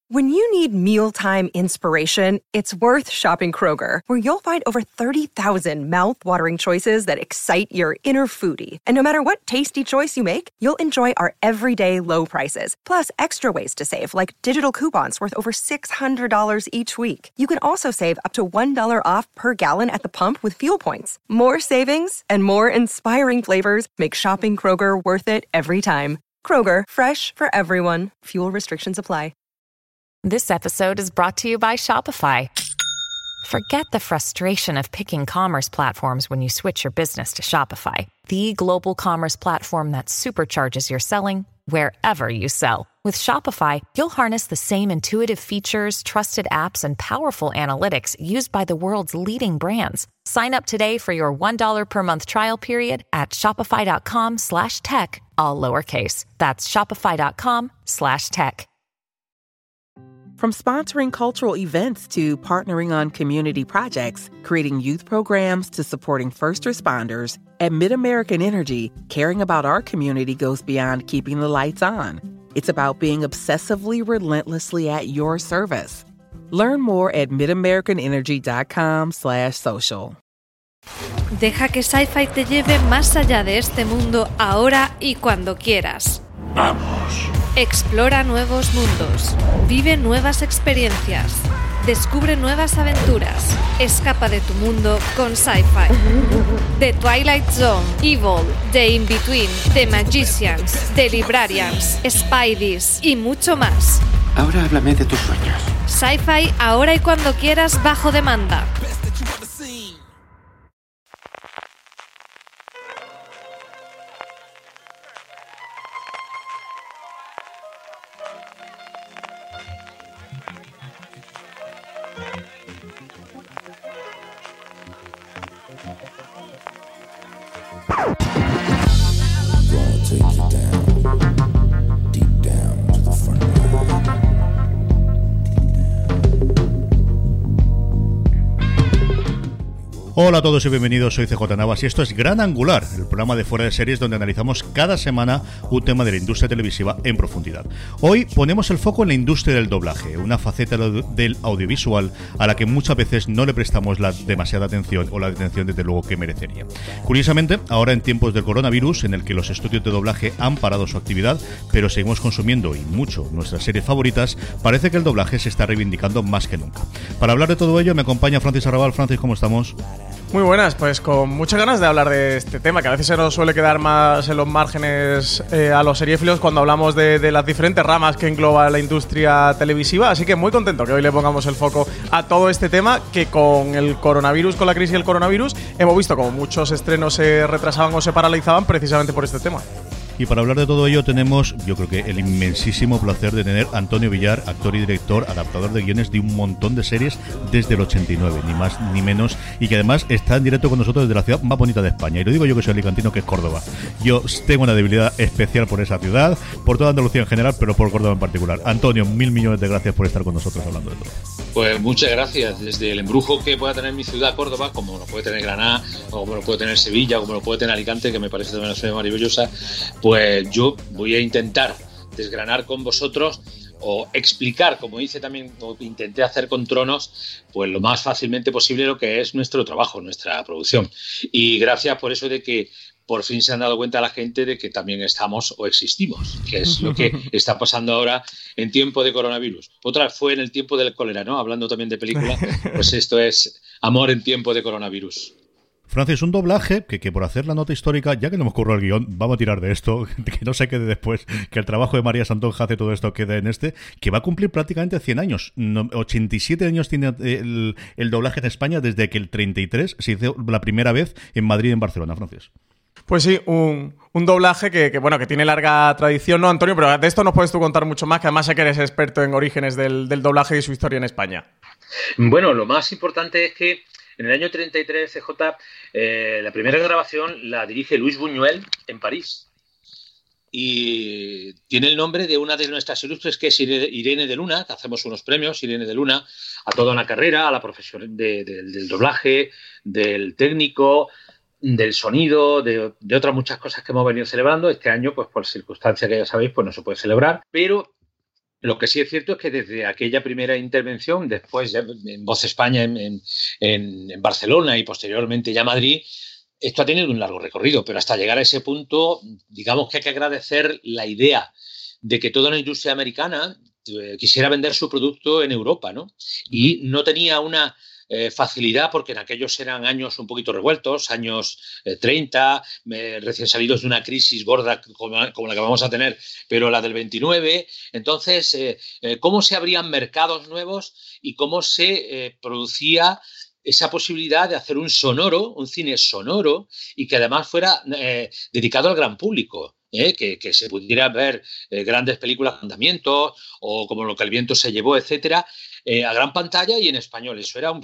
When you need mealtime inspiration, it's worth shopping Kroger, where you'll find over 30,000 mouth-watering choices that excite your inner foodie. And no matter what tasty choice you make, you'll enjoy our everyday low prices, plus extra ways to save, like digital coupons worth over $600 each week. You can also save up to $1 off per gallon at the pump with fuel points. More savings and more inspiring flavors make shopping Kroger worth it every time. Kroger, fresh for everyone. Fuel restrictions apply. This episode is brought to you by Shopify. Forget the frustration of picking commerce platforms when you switch your business to Shopify, the global commerce platform that supercharges your selling wherever you sell. With Shopify, you'll harness the same intuitive features, trusted apps, and powerful analytics used by the world's leading brands. Sign up today for your $1 per month trial period at shopify.com/tech, all lowercase. That's shopify.com/tech. From sponsoring cultural events to partnering on community projects, creating youth programs to supporting first responders, at MidAmerican Energy, caring about our community goes beyond keeping the lights on. It's about being obsessively relentlessly at your service. Learn more at midamericanenergy.com/social. Deja que Sci-Fi te lleve más allá de este mundo ahora y cuando quieras. ¡Vamos! Explora nuevos mundos, vive nuevas experiencias, descubre nuevas aventuras, escapa de tu mundo con Sci-Fi. The Twilight Zone, Evil, The In-Between, The Magicians, The Librarians, Spideys y mucho más. Ahora háblame de tus sueños. Sci-Fi ahora y cuando quieras bajo demanda. Hola a todos y bienvenidos, soy CJ Navas y esto es Gran Angular, el programa de Fuera de Series donde analizamos cada semana un tema de la industria televisiva en profundidad. Hoy ponemos el foco en la industria del doblaje, una faceta del audiovisual a la que muchas veces no le prestamos la demasiada atención o la atención desde luego que merecería. Curiosamente, ahora en tiempos del coronavirus, en el que los estudios de doblaje han parado su actividad, pero seguimos consumiendo y mucho nuestras series favoritas, parece que el doblaje se está reivindicando más que nunca. Para hablar de todo ello me acompaña Francis Arrabal. Francis, ¿cómo estamos? Muy buenas, pues con muchas ganas de hablar de este tema, que a veces se nos suele quedar más en los márgenes a los seriéfilos cuando hablamos de las diferentes ramas que engloba la industria televisiva, así que muy contento que hoy le pongamos el foco a todo este tema, que con el coronavirus, con la crisis del coronavirus, hemos visto como muchos estrenos se retrasaban o se paralizaban precisamente por este tema. Y para hablar de todo ello tenemos, yo creo que el inmensísimo placer de tener a Antonio Villar, actor y director, adaptador de guiones de un montón de series desde el 89, ni más ni menos, y que además está en directo con nosotros desde la ciudad más bonita de España. Y lo digo yo que soy alicantino, que es Córdoba. Yo tengo una debilidad especial por esa ciudad, por toda Andalucía en general, pero por Córdoba en particular. Antonio, 1000 millones de gracias por estar con nosotros hablando de todo. Pues muchas gracias. Desde el embrujo que pueda tener mi ciudad, Córdoba, como lo puede tener Granada, o como lo puede tener Sevilla, o como lo puede tener Alicante, que me parece también una ciudad maravillosa, pues yo voy a intentar desgranar con vosotros o explicar, como hice también, o intenté hacer con Tronos, pues lo más fácilmente posible lo que es nuestro trabajo, nuestra producción. Y gracias por eso de que por fin se han dado cuenta la gente de que también estamos o existimos, que es lo que está pasando ahora en tiempo de coronavirus. Otra fue en el tiempo del cólera, ¿no? Hablando también de película, pues esto es amor en tiempo de coronavirus. Francis, un doblaje que por hacer la nota histórica, ya que no hemos currado el guión, vamos a tirar de esto, que no se quede después, que el trabajo de María Santonja hace todo esto quede en este, que va a cumplir prácticamente 100 años. 87 años tiene el doblaje en España desde que el 33 se hizo la primera vez en Madrid y en Barcelona, Francis. Pues sí, un doblaje que tiene larga tradición, ¿no, Antonio? Pero de esto nos puedes tú contar mucho más, que además sé que eres experto en orígenes del doblaje y su historia en España. Bueno, lo más importante es que en el año 33, CJ, la primera grabación la dirige Luis Buñuel en París. Y tiene el nombre de una de nuestras ilustres, que es Irene de Luna, que hacemos unos premios, Irene de Luna, a toda una carrera, a la profesión del doblaje, del técnico, del sonido, de otras muchas cosas que hemos venido celebrando. Este año, pues por circunstancias que ya sabéis, pues no se puede celebrar, pero Lo que sí es cierto es que desde aquella primera intervención, después ya en Voz España en Barcelona y posteriormente ya Madrid, esto ha tenido un largo recorrido, pero hasta llegar a ese punto, digamos que hay que agradecer la idea de que toda la industria americana quisiera vender su producto en Europa, ¿no? Y no tenía una facilidad, porque en aquellos eran años un poquito revueltos, años 30, recién salidos de una crisis gorda como la que vamos a tener, pero la del 29. Entonces, ¿cómo se abrían mercados nuevos y cómo se producía esa posibilidad de hacer un cine sonoro y que además fuera dedicado al gran público? Que se pudiera ver grandes películas, Mandamientos o como Lo que el viento se llevó, etcétera, a gran pantalla y en español. Eso era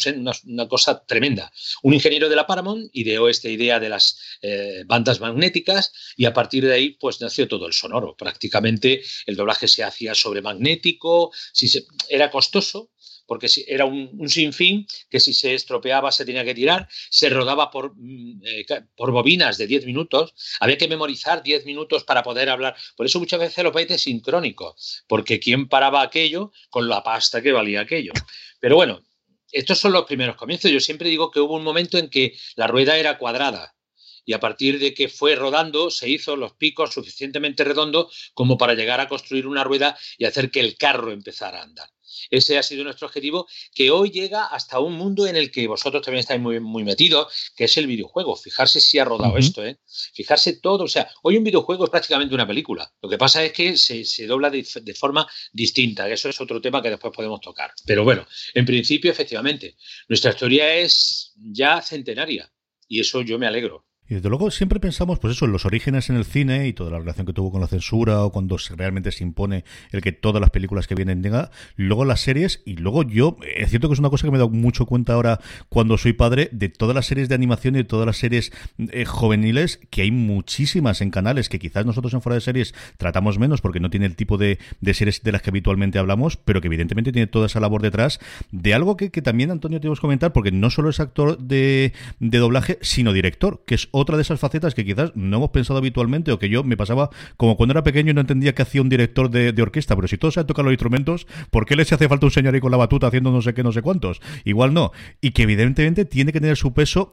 una cosa tremenda. Un ingeniero de la Paramount ideó esta idea de las bandas magnéticas y a partir de ahí pues nació todo el sonoro. Prácticamente el doblaje se hacía sobre magnético, era costoso, porque era un sinfín que si se estropeaba se tenía que tirar, se rodaba por bobinas de 10 minutos, había que memorizar 10 minutos para poder hablar. Por eso muchas veces los países sincrónicos, porque ¿quién paraba aquello con la pasta que valía aquello? Pero bueno, estos son los primeros comienzos. Yo siempre digo que hubo un momento en que la rueda era cuadrada y a partir de que fue rodando se hizo los picos suficientemente redondos como para llegar a construir una rueda y hacer que el carro empezara a andar. Ese ha sido nuestro objetivo, que hoy llega hasta un mundo en el que vosotros también estáis muy, muy metidos, que es el videojuego. Fijarse si ha rodado esto, fijarse todo. O sea, hoy un videojuego es prácticamente una película. Lo que pasa es que se dobla de forma distinta. Eso es otro tema que después podemos tocar. Pero bueno, en principio, efectivamente, nuestra historia es ya centenaria y eso yo me alegro. Y desde luego siempre pensamos, pues eso, en los orígenes en el cine y toda la relación que tuvo con la censura o cuando realmente se impone el que todas las películas que vienen tengan, luego las series y luego yo, es cierto que es una cosa que me he dado mucho cuenta ahora cuando soy padre, de todas las series de animación y de todas las series juveniles, que hay muchísimas en canales que quizás nosotros en Fuera de Series tratamos menos porque no tiene el tipo de series de las que habitualmente hablamos, pero que evidentemente tiene toda esa labor detrás de algo que también, Antonio, te íbamos a comentar, porque no solo es actor de doblaje, sino director, que es otra de esas facetas que quizás no hemos pensado habitualmente o que yo me pasaba como cuando era pequeño y no entendía qué hacía un director de orquesta, pero si todos saben tocar los instrumentos, ¿por qué les hace falta un señor ahí con la batuta haciendo no sé qué, no sé cuántos? Igual no. Y que evidentemente tiene que tener su peso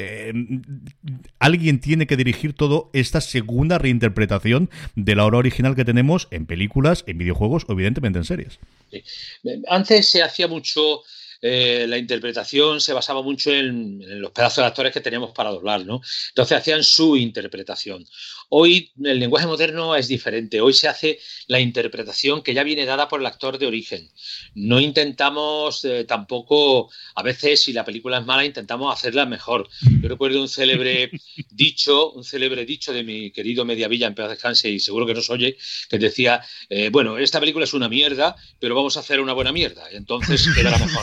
de alguien tiene que dirigir todo esta segunda reinterpretación de la obra original que tenemos en películas, en videojuegos o evidentemente en series. Sí. Antes se hacía mucho... la interpretación se basaba mucho en los pedazos de actores que teníamos para doblar, ¿no? Entonces hacían su interpretación. Hoy el lenguaje moderno es diferente. Hoy se hace la interpretación que ya viene dada por el actor de origen. No intentamos tampoco, a veces si la película es mala, intentamos hacerla mejor. Yo recuerdo un célebre dicho de mi querido Mediavilla, en paz descanse, y seguro que nos oye, que decía, bueno, esta película es una mierda, pero vamos a hacer una buena mierda. Entonces quedará mejor.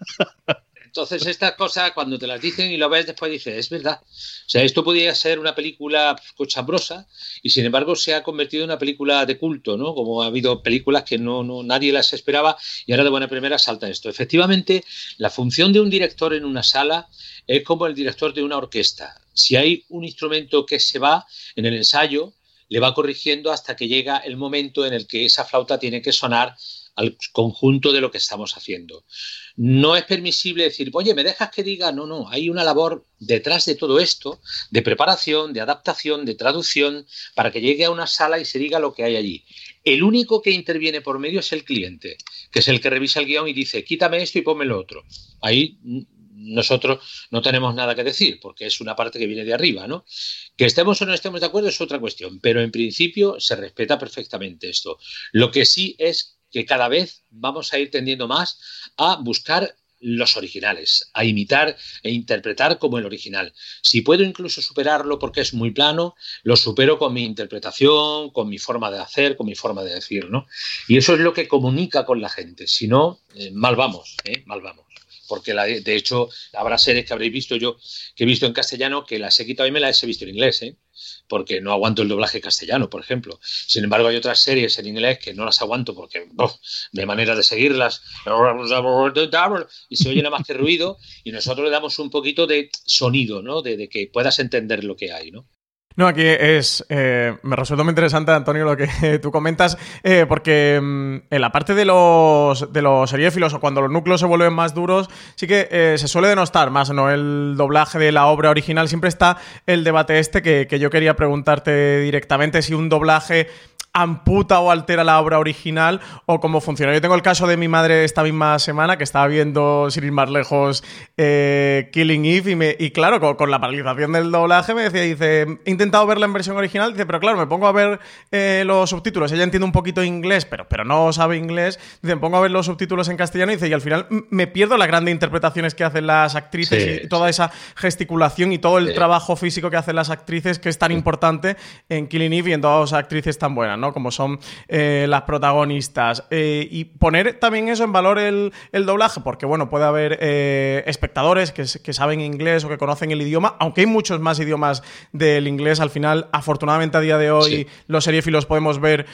Entonces estas cosas cuando te las dicen y lo ves después dices, es verdad. O sea, esto podría ser una película cochambrosa y sin embargo se ha convertido en una película de culto, ¿no? Como ha habido películas que no nadie las esperaba y ahora de buena primera salta esto. Efectivamente, la función de un director en una sala es como el director de una orquesta. Si hay un instrumento que se va en el ensayo, le va corrigiendo hasta que llega el momento en el que esa flauta tiene que sonar al conjunto de lo que estamos haciendo. No es permisible decir, oye, ¿me dejas que diga? No, hay una labor detrás de todo esto, de preparación, de adaptación, de traducción, para que llegue a una sala y se diga lo que hay allí. El único que interviene por medio es el cliente, que es el que revisa el guión y dice, quítame esto y ponme lo otro. Ahí nosotros no tenemos nada que decir, porque es una parte que viene de arriba, ¿no? Que estemos o no estemos de acuerdo es otra cuestión, pero en principio se respeta perfectamente esto. Lo que sí es que cada vez vamos a ir tendiendo más a buscar los originales, a imitar e interpretar como el original. Si puedo incluso superarlo porque es muy plano, lo supero con mi interpretación, con mi forma de hacer, con mi forma de decir, ¿no? Y eso es lo que comunica con la gente. Si no, mal vamos, mal vamos. Porque de hecho habrá series que habréis visto yo, que he visto en castellano, que las he quitado y me las he visto en inglés, porque no aguanto el doblaje castellano, por ejemplo. Sin embargo, hay otras series en inglés que no las aguanto porque de manera de seguirlas y se oye nada más que ruido y nosotros le damos un poquito de sonido, ¿no? De que puedas entender lo que hay, ¿no? No, aquí me resulta muy interesante, Antonio, lo que tú comentas, porque en la parte de los seriéfilos o cuando los núcleos se vuelven más duros, sí que se suele denostar más, ¿no?, el doblaje de la obra original. Siempre está el debate que yo quería preguntarte directamente, si un doblaje amputa o altera la obra original o cómo funciona. Yo tengo el caso de mi madre esta misma semana que estaba viendo, sin ir más lejos, Killing Eve y claro, con la paralización del doblaje dice, he intentado verla en versión original, dice, pero claro, me pongo a ver los subtítulos, ella entiende un poquito inglés, pero no sabe inglés, dice, me pongo a ver los subtítulos en castellano y dice, y al final me pierdo las grandes interpretaciones que hacen las actrices y toda esa gesticulación y todo el trabajo físico que hacen las actrices, que es tan importante en Killing Eve y en todas las actrices tan buenas, ¿no?, como son las protagonistas. Y poner también eso en valor el doblaje, porque bueno, puede haber espectadores que saben inglés o que conocen el idioma, aunque hay muchos más idiomas del inglés. Al final, afortunadamente a día de hoy, los seriéfilos podemos ver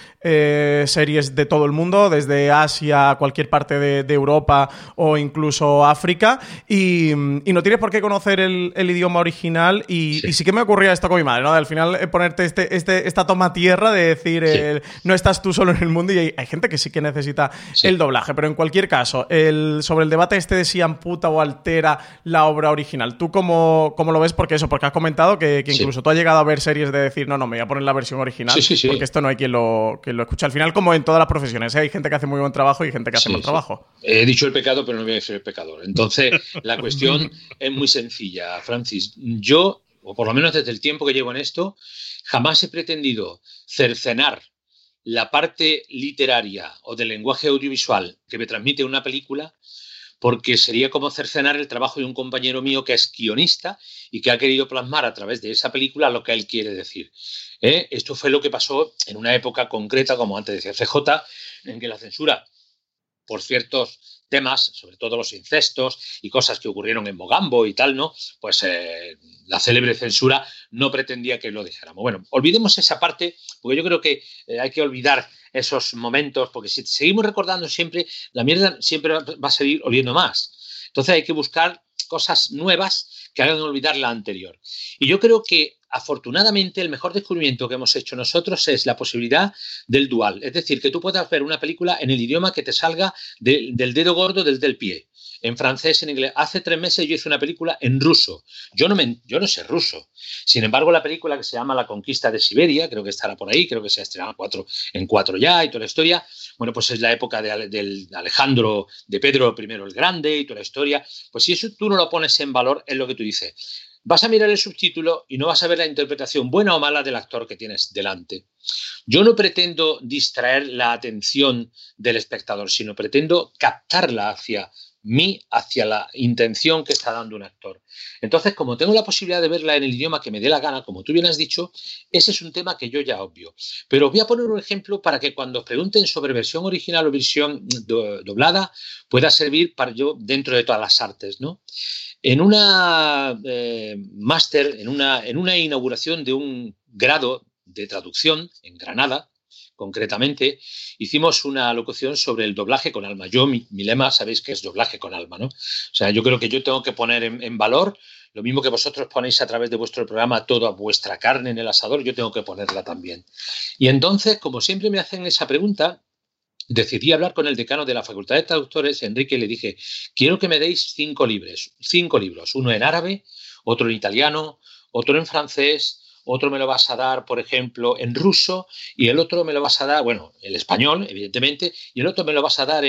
series de todo el mundo, desde Asia a cualquier parte de Europa o incluso África, y no tienes por qué conocer el idioma original. Y sí que me ocurría esto con mi madre, ¿no? Al final ponerte esta toma tierra de decir no estás tú solo en el mundo, y hay gente que sí que necesita el doblaje. Pero en cualquier caso, sobre el debate de si amputa o altera la obra original, ¿tú cómo lo ves? Porque has comentado que incluso tú has llegado a ver series de decir, no, me voy a poner la versión original, porque esto no hay quien lo escuche. Al final, como en todas las profesiones, hay gente que hace muy buen trabajo y gente que hace mal trabajo. He dicho el pecado, pero no voy a decir el pecador. Entonces, la cuestión es muy sencilla, Francis. Yo, o por lo menos desde el tiempo que llevo en esto, jamás he pretendido cercenar la parte literaria o del lenguaje audiovisual que me transmite una película, porque sería como cercenar el trabajo de un compañero mío que es guionista y que ha querido plasmar a través de esa película lo que él quiere decir. Esto fue lo que pasó en una época concreta, como antes decía CJ, en que la censura por ciertos temas, sobre todo los incestos y cosas que ocurrieron en Mogambo y tal, ¿no? Pues la célebre censura no pretendía que lo dijéramos. Bueno, olvidemos esa parte, porque yo creo que hay que olvidar esos momentos, porque si seguimos recordando siempre, la mierda siempre va a seguir oliendo más. Entonces hay que buscar cosas nuevas que hagan olvidar la anterior. Y yo creo que, afortunadamente, el mejor descubrimiento que hemos hecho nosotros es la posibilidad del dual. Es decir, que tú puedas ver una película en el idioma que te salga del dedo gordo del pie. En francés, en inglés. Hace 3 meses yo hice una película en ruso. Yo no sé ruso. Sin embargo, la película que se llama La conquista de Siberia, creo que estará por ahí, creo que se ha estrenado en 4 ya y toda la historia. Bueno, pues es la época de Alejandro, de Pedro I el Grande y toda la historia. Pues si eso tú no lo pones en valor, es lo que tú dices. Vas a mirar el subtítulo y no vas a ver la interpretación buena o mala del actor que tienes delante. Yo no pretendo distraer la atención del espectador, sino pretendo captarla hacia la intención que está dando un actor. Entonces, como tengo la posibilidad de verla en el idioma que me dé la gana, como tú bien has dicho, ese es un tema que yo ya obvio. Pero os voy a poner un ejemplo para que cuando os pregunten sobre versión original o versión doblada, pueda servir para yo dentro de todas las artes, ¿no? En una máster, en una inauguración de un grado de traducción en Granada, concretamente, hicimos una locución sobre el doblaje con alma. Yo, mi lema, sabéis que es doblaje con alma, ¿no? O sea, yo creo que yo tengo que poner en valor lo mismo que vosotros ponéis a través de vuestro programa toda vuestra carne en el asador, yo tengo que ponerla también. Y entonces, como siempre me hacen esa pregunta, decidí hablar con el decano de la Facultad de Traductores, Enrique, y le dije, quiero que me deis 5 libros, uno en árabe, otro en italiano, otro en francés, otro me lo vas a dar, por ejemplo, en ruso, y el otro me lo vas a dar, bueno, el español, evidentemente, y el otro me lo vas a dar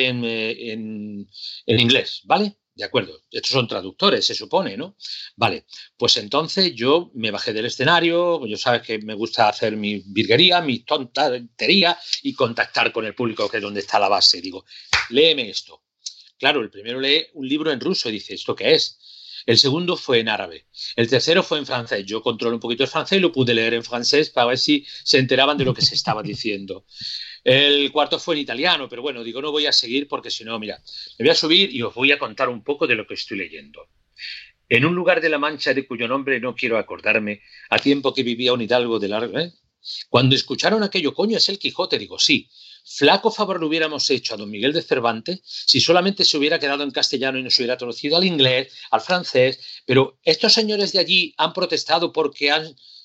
en inglés, ¿vale? De acuerdo, estos son traductores, se supone, ¿no? Vale, pues entonces yo me bajé del escenario, yo sabes que me gusta hacer mi virguería, mi tontería y contactar con el público, que es donde está la base. Digo, léeme esto. Claro, el primero lee un libro en ruso y dice, ¿esto qué es? El segundo fue en árabe. El tercero fue en francés. Yo controlo un poquito el francés y lo pude leer en francés para ver si se enteraban de lo que se estaba diciendo. El cuarto fue en italiano, pero bueno, digo, no voy a seguir porque si no, mira, me voy a subir y os voy a contar un poco de lo que estoy leyendo. En un lugar de la Mancha de cuyo nombre no quiero acordarme, a tiempo que vivía un hidalgo de largo... Cuando escucharon aquello, coño, es el Quijote, digo, sí. Flaco favor le hubiéramos hecho a don Miguel de Cervantes si solamente se hubiera quedado en castellano y no se hubiera traducido al inglés, al francés, pero estos señores de allí han protestado porque han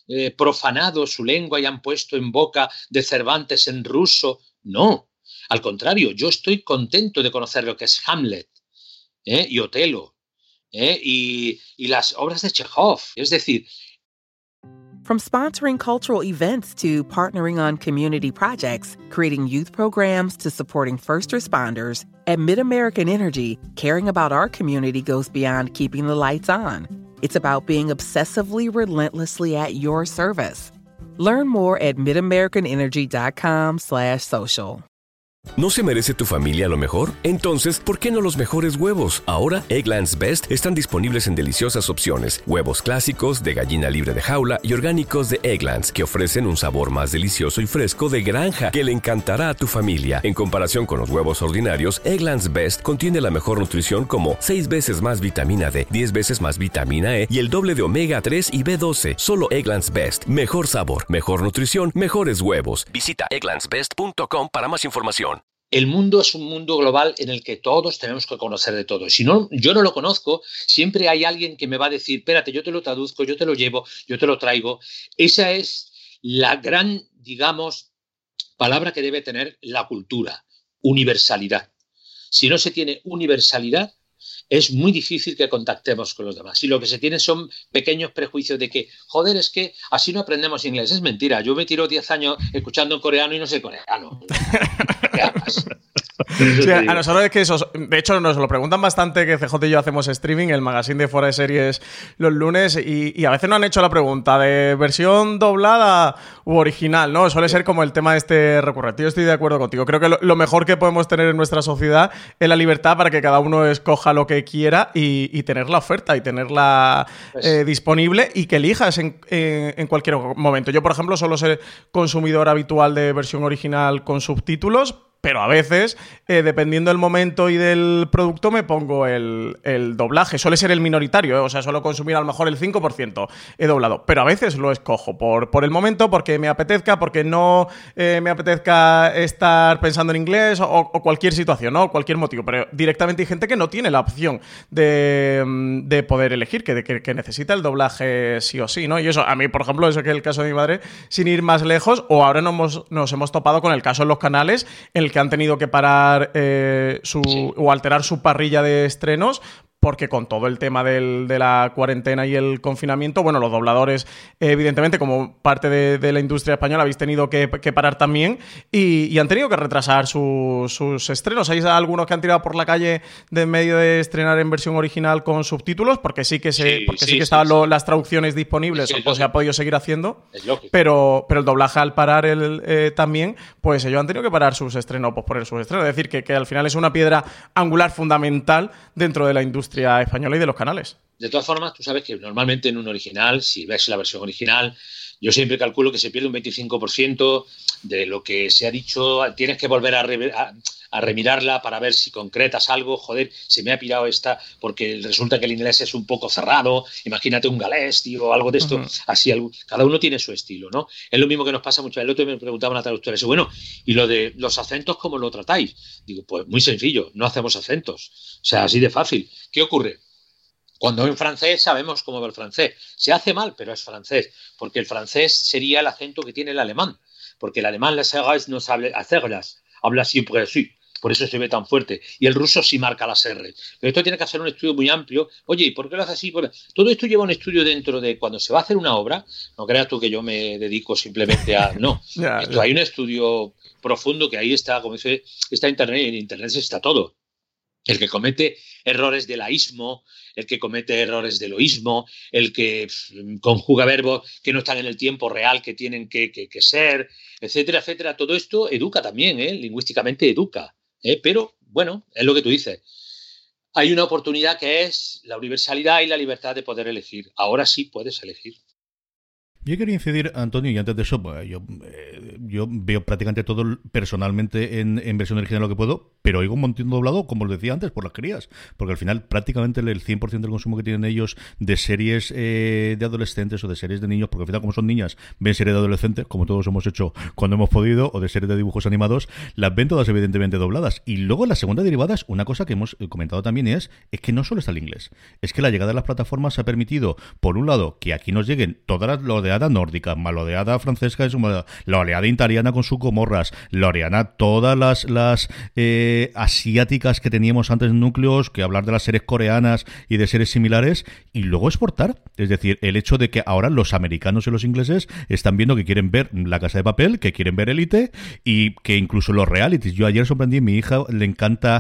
profanado su lengua y han puesto en boca de Cervantes en ruso. No, al contrario, yo estoy contento de conocer lo que es Hamlet y Otelo y las obras de Chekhov. Es decir, From sponsoring cultural events to partnering on community projects, creating youth programs to supporting first responders, at MidAmerican Energy, caring about our community goes beyond keeping the lights on. It's about being obsessively relentlessly at your service. Learn more at midamericanenergy.com/social. ¿No se merece tu familia lo mejor? Entonces, ¿por qué no los mejores huevos? Ahora, Eggland's Best están disponibles en deliciosas opciones. Huevos clásicos, de gallina libre de jaula y orgánicos de Eggland's, que ofrecen un sabor más delicioso y fresco de granja que le encantará a tu familia. En comparación con los huevos ordinarios, Eggland's Best contiene la mejor nutrición como 6 veces más vitamina D, 10 veces más vitamina E y el doble de omega 3 y B12. Solo Eggland's Best. Mejor sabor, mejor nutrición, mejores huevos. Visita egglandsbest.com para más información. El mundo es un mundo global en el que todos tenemos que conocer de todo. Si no, yo no lo conozco, siempre hay alguien que me va a decir, espérate, yo te lo traduzco, yo te lo llevo, yo te lo traigo. Esa es la gran, digamos, palabra que debe tener la cultura, universalidad. Si no se tiene universalidad, es muy difícil que contactemos con los demás. Si lo que se tiene son pequeños prejuicios de que, joder, es que así no aprendemos inglés. Es mentira. Yo me tiro 10 años escuchando en coreano y no sé coreano. Sí, a nosotros es que eso, de hecho nos lo preguntan bastante, que CJ y yo hacemos streaming, el magazine de Fuera de Series los lunes, y a veces nos han hecho la pregunta de versión doblada u original, ¿no? Suele ser como el tema recurrente. Yo estoy de acuerdo contigo. Creo que lo mejor que podemos tener en nuestra sociedad es la libertad para que cada uno escoja lo que quiera y tener la oferta y tenerla disponible y que elijas en cualquier momento. Yo, por ejemplo, suelo ser consumidor habitual de versión original con subtítulos, pero a veces, dependiendo del momento y del producto, me pongo el doblaje. Suele ser el minoritario, o sea, suelo consumir a lo mejor el 5% he doblado. Pero a veces lo escojo por el momento, porque me apetezca, porque no me apetezca estar pensando en inglés o cualquier situación, ¿no? Cualquier motivo. Pero directamente hay gente que no tiene la opción de poder elegir, que necesita el doblaje sí o sí, ¿no? Y eso, a mí, por ejemplo, eso que es el caso de mi madre, sin ir más lejos, o ahora nos hemos topado con el caso en los canales, en el que han tenido que parar o alterar su parrilla de estrenos, porque con todo el tema de la cuarentena y el confinamiento, bueno, los dobladores, evidentemente, como parte de la industria española, habéis tenido que parar también y han tenido que retrasar sus estrenos. ¿Hay algunos que han tirado por la calle de en medio de estrenar en versión original con subtítulos? Porque sí que estaban las traducciones disponibles, o se ha podido seguir haciendo. Es lógico. Pero el doblaje, al parar también, pues ellos han tenido que parar sus estrenos, posponer sus estrenos. Es decir, que al final es una piedra angular fundamental dentro de la industria española y de los canales. De todas formas, tú sabes que normalmente en un original, si ves la versión original, yo siempre calculo que se pierde un 25% de lo que se ha dicho. Tienes que volver a remirarla para ver si concretas algo. Joder, se me ha pirado esta porque resulta que el inglés es un poco cerrado. Imagínate un galés, tío, o algo de esto. Uh-huh. Así, cada uno tiene su estilo, ¿no? Es lo mismo que nos pasa muchas veces. El otro día me preguntaba una traductora, bueno, ¿y lo de los acentos cómo lo tratáis? Digo, pues muy sencillo, no hacemos acentos. O sea, así de fácil. ¿Qué ocurre? Cuando en francés sabemos cómo va el francés. Se hace mal, pero es francés. Porque el francés sería el acento que tiene el alemán. Porque el alemán, las R's no sabe hacerlas. Habla siempre así. Por eso se ve tan fuerte. Y el ruso sí marca las R. Pero esto tiene que hacer un estudio muy amplio. Oye, ¿y por qué lo hace así? Todo esto lleva un estudio dentro de cuando se va a hacer una obra. No creas tú que yo me dedico simplemente a... No. Hay un estudio profundo que ahí está, como dice, está Internet, y en Internet está todo. El que comete errores de laísmo, el que comete errores de loísmo, el que conjuga verbos que no están en el tiempo real que tienen que ser, etcétera, etcétera. Todo esto educa también, lingüísticamente educa. Pero, bueno, es lo que tú dices. Hay una oportunidad que es la universalidad y la libertad de poder elegir. Ahora sí puedes elegir. Yo quería incidir, Antonio, y antes de eso, yo veo prácticamente todo personalmente en versión original lo que puedo, pero oigo un montón doblado, como os decía antes, por las crías, porque al final prácticamente el 100% del consumo que tienen ellos de series de adolescentes o de series de niños, porque al final como son niñas, ven series de adolescentes, como todos hemos hecho cuando hemos podido, o de series de dibujos animados, las ven todas evidentemente dobladas. Y luego la segunda derivada es una cosa que hemos comentado también, es que no solo está el inglés, es que la llegada de las plataformas ha permitido, por un lado, que aquí nos lleguen todas lo de oleada nórdica, más la oleada francesa, la oleada italiana con sus Gomorras, la oleada todas las asiáticas que teníamos antes en núcleos, que hablar de las series coreanas y de series similares, y luego exportar. Es decir, el hecho de que ahora los americanos y los ingleses están viendo que quieren ver La Casa de Papel, que quieren ver Élite, y que incluso los realities. Yo ayer sorprendí, mi hija le encanta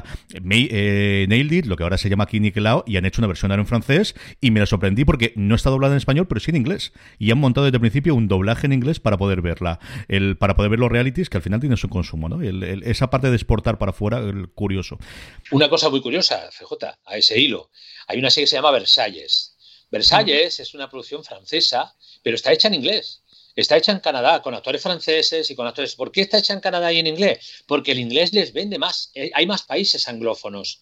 Nailed It, lo que ahora se llama aquí Nickelao, y han hecho una versión ahora en francés, y me la sorprendí porque no está doblada en español, pero sí en inglés. Y han montado desde el principio un doblaje en inglés para poder verla, para poder ver los realities, que al final tienen su consumo, ¿no? Esa parte de exportar para afuera, curioso. Una cosa muy curiosa, CJ, a ese hilo. Hay una serie que se llama Versalles. Versalles es una producción francesa, pero está hecha en inglés. Está hecha en Canadá, con actores franceses y con actores... ¿Por qué está hecha en Canadá y en inglés? Porque el inglés les vende más. Hay más países anglófonos.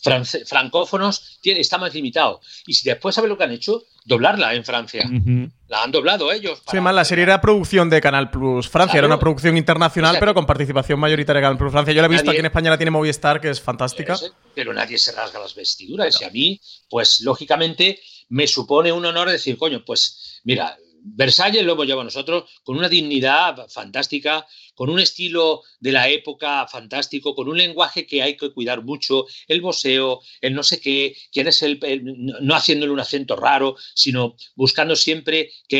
Francófonos está más limitado. Y si después, ¿sabes lo que han hecho? Doblarla en Francia. Uh-huh. La han doblado ellos. Sí, más la serie era producción de Canal Plus Francia. Claro. Era una producción internacional, o sea, pero con participación mayoritaria de Canal Plus Francia. Yo la he visto aquí en España, la tiene Movistar, que es fantástica. Pero nadie se rasga las vestiduras. Y a mí, pues, lógicamente, me supone un honor decir, coño, pues, mira... Versalles lo hemos llevado nosotros con una dignidad fantástica, con un estilo de la época fantástico, con un lenguaje que hay que cuidar mucho, el voseo, el no sé qué, quién es no haciéndole un acento raro, sino buscando siempre que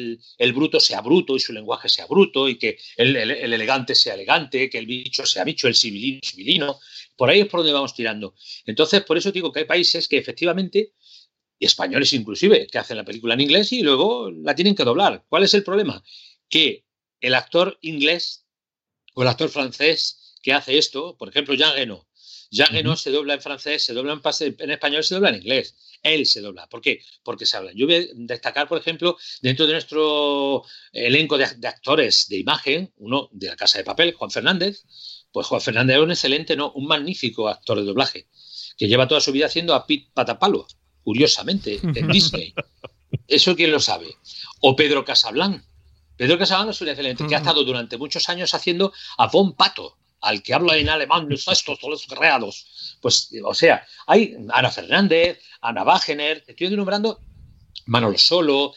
el bruto sea bruto y su lenguaje sea bruto y que el elegante sea elegante, que el bicho sea bicho, el civilino civilino. Por ahí es por donde vamos tirando. Entonces, por eso digo que hay países que efectivamente... y españoles inclusive, que hacen la película en inglés y luego la tienen que doblar. ¿Cuál es el problema? Que el actor inglés o el actor francés que hace esto, por ejemplo, Jean Reno se dobla en francés, se dobla en español, se dobla en inglés. Él se dobla. ¿Por qué? Porque se habla. Yo voy a destacar, por ejemplo, dentro de nuestro elenco de actores de imagen, uno de La Casa de Papel, Juan Fernández. Pues Juan Fernández es un excelente, no, un magnífico actor de doblaje, que lleva toda su vida haciendo a Pete Patapalo. Curiosamente, en Disney. ¿Eso quién lo sabe? O Pedro Casablanc. Pedro Casablanc es un excelente que ha estado durante muchos años haciendo a Von Pato, al que habla en alemán, estos los creados. Pues, o sea, hay Ana Fernández, Ana Wagener, estoy nombrando Manolo Solo,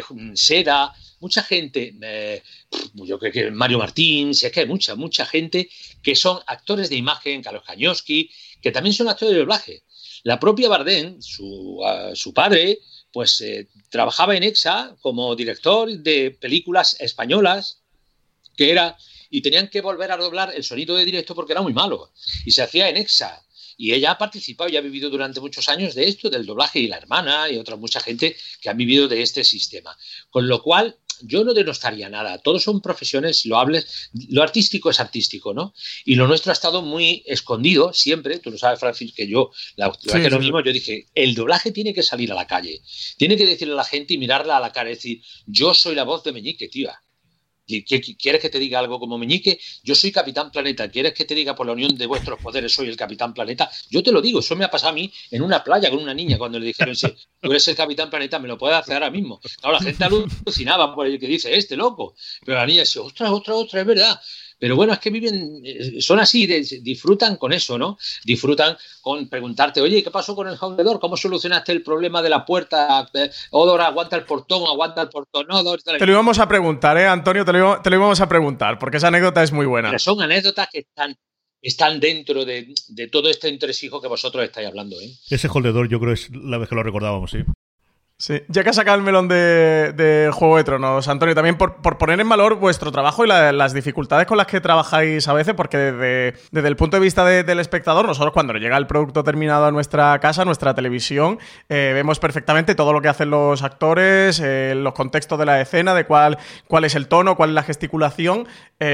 Seda, mucha gente, yo creo que Mario Martín, si es que hay mucha gente que son actores de imagen, Carlos Kañoski, que también son actores de doblaje. La propia Bardem, su padre, pues trabajaba en EXA como director de películas españolas, y tenían que volver a doblar el sonido de directo porque era muy malo, y se hacía en EXA. Y ella ha participado y ha vivido durante muchos años de esto, del doblaje, y la hermana y otra mucha gente que han vivido de este sistema. Con lo cual, yo no denostaría nada. Todos son profesiones loables. Lo artístico es artístico, ¿no? Y lo nuestro ha estado muy escondido siempre. Tú lo sabes, Francis, que yo, la vez que nos vimos, yo dije, el doblaje tiene que salir a la calle. Tiene que decirle a la gente y mirarla a la cara y decir, yo soy la voz de Meñique, tía. ¿Quieres que te diga algo como Meñique? Yo soy Capitán Planeta. ¿Quieres que te diga por la unión de vuestros poderes soy el Capitán Planeta? Yo te lo digo, eso me ha pasado a mí en una playa con una niña cuando le dijeron, sí, tú eres el Capitán Planeta, me lo puedes hacer ahora mismo. Claro, la gente alucinaba por el que dice, loco. Pero la niña dice, ostras, es verdad. Pero bueno, es que viven, son así, disfrutan con eso, ¿no? Disfrutan con preguntarte, oye, ¿qué pasó con el Odor? ¿Cómo solucionaste el problema de la puerta? Odor, aguanta el portón, no, Odor. Te lo íbamos a preguntar, Antonio, te lo íbamos a preguntar, porque esa anécdota es muy buena. Pero son anécdotas que están dentro de todo este entresijo que vosotros estáis hablando, ¿eh? Ese Odor yo creo es la vez que lo recordábamos, sí. Sí, ya que has sacado el melón de Juego de Tronos, Antonio, también por poner en valor vuestro trabajo y las dificultades con las que trabajáis a veces, porque desde el punto de vista del espectador, nosotros cuando llega el producto terminado a nuestra casa, a nuestra televisión, vemos perfectamente todo lo que hacen los actores, los contextos de la escena, de cuál es el tono, cuál es la gesticulación.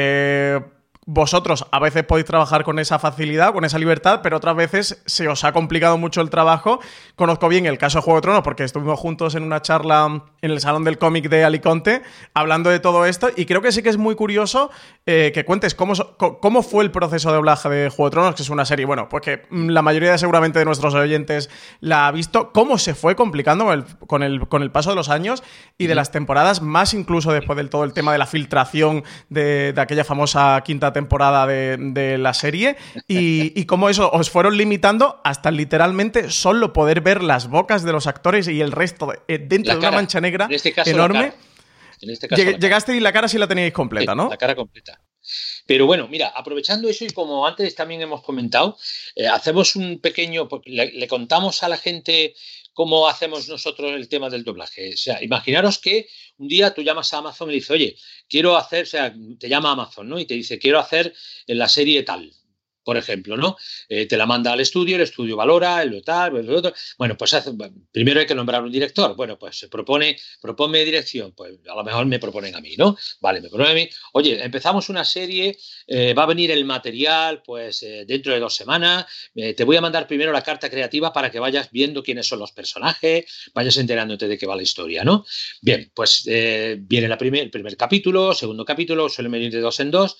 Vosotros a veces podéis trabajar con esa facilidad, con esa libertad, pero otras veces se os ha complicado mucho el trabajo. Conozco bien el caso de Juego de Tronos porque estuvimos juntos en una charla en el Salón del Cómic de Alicante hablando de todo esto, y creo que sí que es muy curioso que cuentes cómo fue el proceso de doblaje de Juego de Tronos, que es una serie, bueno, pues que la mayoría seguramente de nuestros oyentes la ha visto, cómo se fue complicando con el paso de los años y de las temporadas, más incluso después del todo el tema de la filtración de aquella famosa quinta temporada de la serie, y cómo eso os fueron limitando hasta literalmente solo poder ver las bocas de los actores y el resto dentro de una mancha negra en este caso, enorme. En este caso, llegaste y la cara sí la teníais completa, ¿no? La cara completa. Pero bueno, mira, aprovechando eso y como antes también hemos comentado, hacemos un pequeño... Le contamos a la gente cómo hacemos nosotros el tema del doblaje. O sea, imaginaros que un día tú llamas a Amazon y le dices, oye, quiero hacer... O sea, te llama Amazon, ¿no? Y te dice, quiero hacer la serie tal, por ejemplo, ¿no? Te la manda al estudio, el estudio valora, el tal, el otro. Bueno, pues primero hay que nombrar un director. Bueno, pues se proponme dirección. Pues a lo mejor me proponen a mí, ¿no? Vale, me proponen a mí. Oye, empezamos una serie, va a venir el material, pues dentro de 2 semanas. Te voy a mandar primero la carta creativa para que vayas viendo quiénes son los personajes, vayas enterándote de qué va la historia, ¿no? Bien, pues viene el primer capítulo, segundo capítulo, suelen venir de 2 en 2.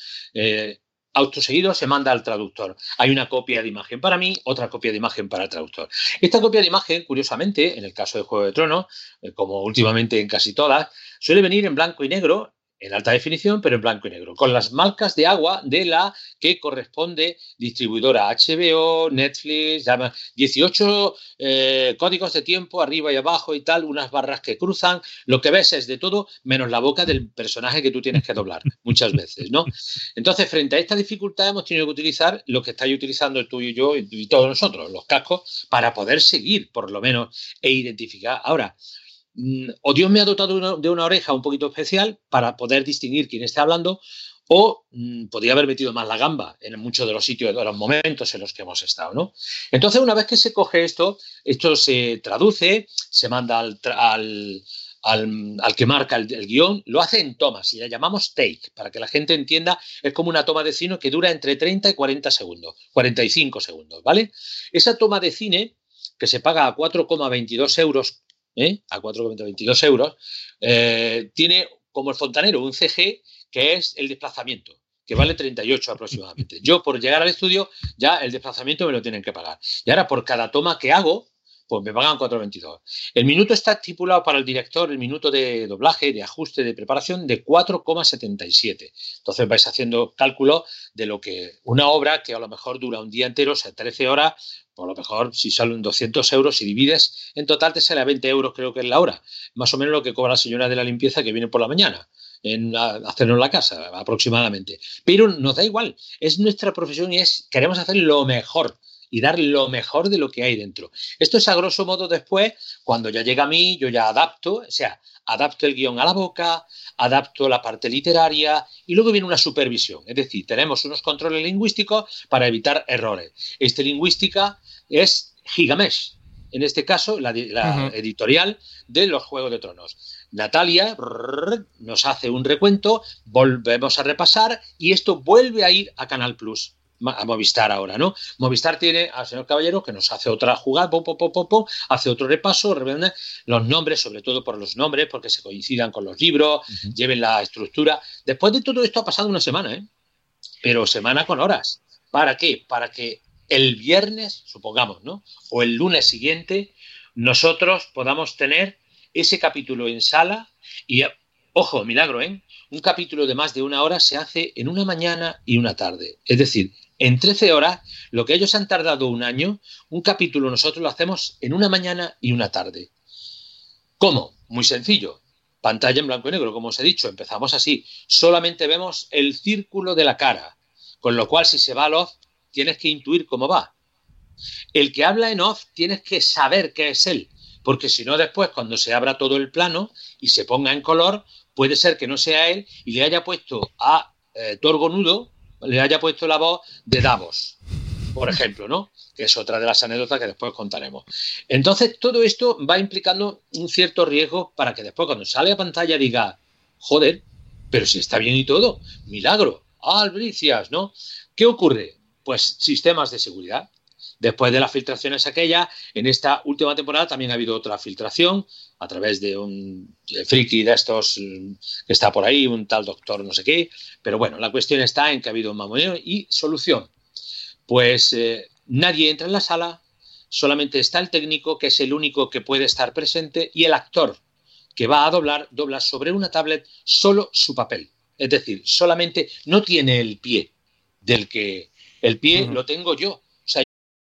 Auto seguido se manda al traductor. Hay una copia de imagen para mí, otra copia de imagen para el traductor. Esta copia de imagen, curiosamente, en el caso de Juego de Tronos, como últimamente en casi todas, suele venir en blanco y negro, en alta definición, pero en blanco y negro, con las marcas de agua de la que corresponde distribuidora HBO, Netflix, 18 códigos de tiempo arriba y abajo y tal, unas barras que cruzan, lo que ves es de todo menos la boca del personaje que tú tienes que doblar muchas veces, ¿no? Entonces, frente a esta dificultad hemos tenido que utilizar lo que estáis utilizando tú y yo y todos nosotros, los cascos, para poder seguir, por lo menos, e identificar. Ahora, o Dios me ha dotado de una oreja un poquito especial para poder distinguir quién está hablando, o podría haber metido más la gamba en muchos de los sitios, de los momentos en los que hemos estado, ¿no? Entonces, una vez que se coge esto se traduce, se manda al que marca el guión, lo hace en tomas y la llamamos take, para que la gente entienda, es como una toma de cine que dura entre 30 y 40 segundos, 45 segundos, ¿vale? Esa toma de cine, que se paga a 4,22 euros, a 4,22 euros, tiene como el fontanero un CG que es el desplazamiento, que vale 38 aproximadamente. Yo, por llegar al estudio, ya el desplazamiento me lo tienen que pagar. Y ahora, por cada toma que hago, pues me pagan 4,22. El minuto está estipulado para el director, el minuto de doblaje, de ajuste, de preparación, de 4,77. Entonces vais haciendo cálculo de lo que una obra que a lo mejor dura un día entero, o sea, 13 horas, por lo mejor si salen 200 euros, si divides, en total te sale a 20 euros creo que es la hora. Más o menos lo que cobra la señora de la limpieza que viene por la mañana a hacernos la casa, aproximadamente. Pero nos da igual, es nuestra profesión y queremos hacer lo mejor y dar lo mejor de lo que hay dentro. Esto es a grosso modo después, cuando ya llega a mí, yo ya adapto, o sea, adapto el guión a la boca, adapto la parte literaria y luego viene una supervisión. Es decir, tenemos unos controles lingüísticos para evitar errores. Lingüística es Gigamesh, en este caso la editorial de los Juegos de Tronos. Natalia nos hace un recuento, volvemos a repasar y esto vuelve a ir a Canal Plus. A Movistar ahora, ¿no? Movistar tiene al señor Caballero que nos hace otra jugada, hace otro repaso, los nombres, sobre todo por los nombres, porque se coincidan con los libros, lleven la estructura. Después de todo esto ha pasado una semana, pero semana con horas. ¿Para qué? Para que el viernes, supongamos, ¿no? O el lunes siguiente, nosotros podamos tener ese capítulo en sala y, ojo, milagro, un capítulo de más de 1 hora se hace en una mañana y una tarde. Es decir, en 13 horas, lo que ellos han tardado 1 año, un capítulo nosotros lo hacemos en una mañana y una tarde. ¿Cómo? Muy sencillo. Pantalla en blanco y negro, como os he dicho. Empezamos así. Solamente vemos el círculo de la cara. Con lo cual, si se va al off, tienes que intuir cómo va. El que habla en off, tienes que saber qué es él. Porque si no, después, cuando se abra todo el plano y se ponga en color, puede ser que no sea él y le haya puesto a Torgonudo, le haya puesto la voz de Davos, por ejemplo, ¿no? Que es otra de las anécdotas que después contaremos. Entonces, todo esto va implicando un cierto riesgo para que después, cuando sale a pantalla, diga, joder, pero si está bien y todo, milagro, albricias, ¿no? ¿Qué ocurre? Pues sistemas de seguridad. Después de las filtraciones aquellas, en esta última temporada también ha habido otra filtración a través de un friki de estos que está por ahí, un tal doctor no sé qué. Pero bueno, la cuestión está en que ha habido un mamoneo y solución. Pues nadie entra en la sala, solamente está el técnico, que es el único que puede estar presente, y el actor que va a dobla sobre una tablet solo su papel. Es decir, solamente no tiene el pie del que... El pie lo tengo yo.